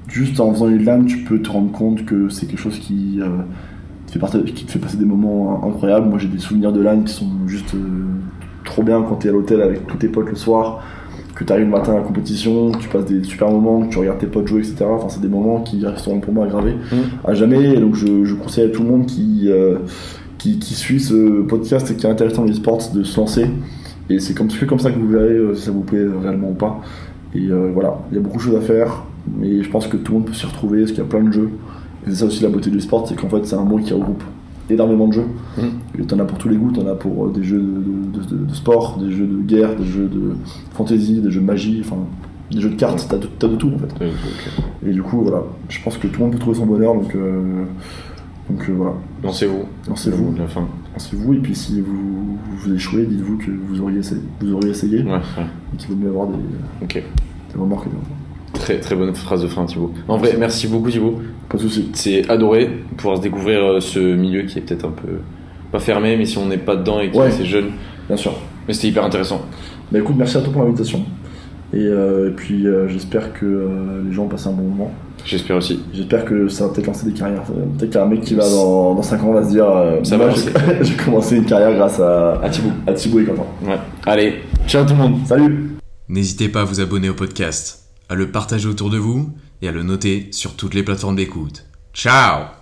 juste en faisant les LAN, tu peux te rendre compte que c'est quelque chose qui te fait passer des moments incroyables. Moi j'ai des souvenirs de LAN qui sont juste trop bien quand t'es à l'hôtel avec tous tes potes le soir, que t'arrives le matin à la compétition, que tu passes des super moments, que tu regardes tes potes jouer, etc. Enfin, c'est des moments qui resteront pour moi gravés à jamais. Et donc je conseille à tout le monde qui suit ce podcast et qui est intéressé dans les sports de se lancer. Et c'est comme ça que vous verrez si ça vous plaît réellement ou pas. Et voilà, il y a beaucoup de choses à faire, mais je pense que tout le monde peut s'y retrouver parce qu'il y a plein de jeux. Et c'est ça aussi la beauté du sport, c'est qu'en fait c'est un monde qui regroupe énormément de jeux. Et t'en as pour tous les goûts, t'en as pour des jeux de sport, des jeux de guerre, des jeux de fantasy, des jeux de magie, enfin des jeux de cartes, t'as de tout en fait. Okay. Et du coup voilà, je pense que tout le monde peut trouver son bonheur, donc voilà. Lancez-vous de la fin. Lancez-vous, et puis si vous échouez, dites-vous que vous auriez essayé. Ouais. Et qu'il vaut mieux avoir des moments que Très très bonne phrase de fin, Thibaut. En vrai, merci beaucoup, Thibaut. Pas de soucis. C'est adoré de pouvoir se découvrir ce milieu qui est peut-être un peu pas fermé, mais si on n'est pas dedans et qui est assez jeune. Bien sûr. Mais c'était hyper intéressant. Bah écoute, merci à toi pour l'invitation. Et puis j'espère que les gens ont passé un bon moment. J'espère aussi. J'espère que ça va peut-être lancer des carrières. Peut-être qu'il y a un mec qui va dans 5 ans va se dire ça va, j'ai commencé une carrière grâce à Thibaut et Quentin. Ouais. Allez, ciao tout le monde. Salut. N'hésitez pas à vous abonner au podcast, à le partager autour de vous et à le noter sur toutes les plateformes d'écoute. Ciao!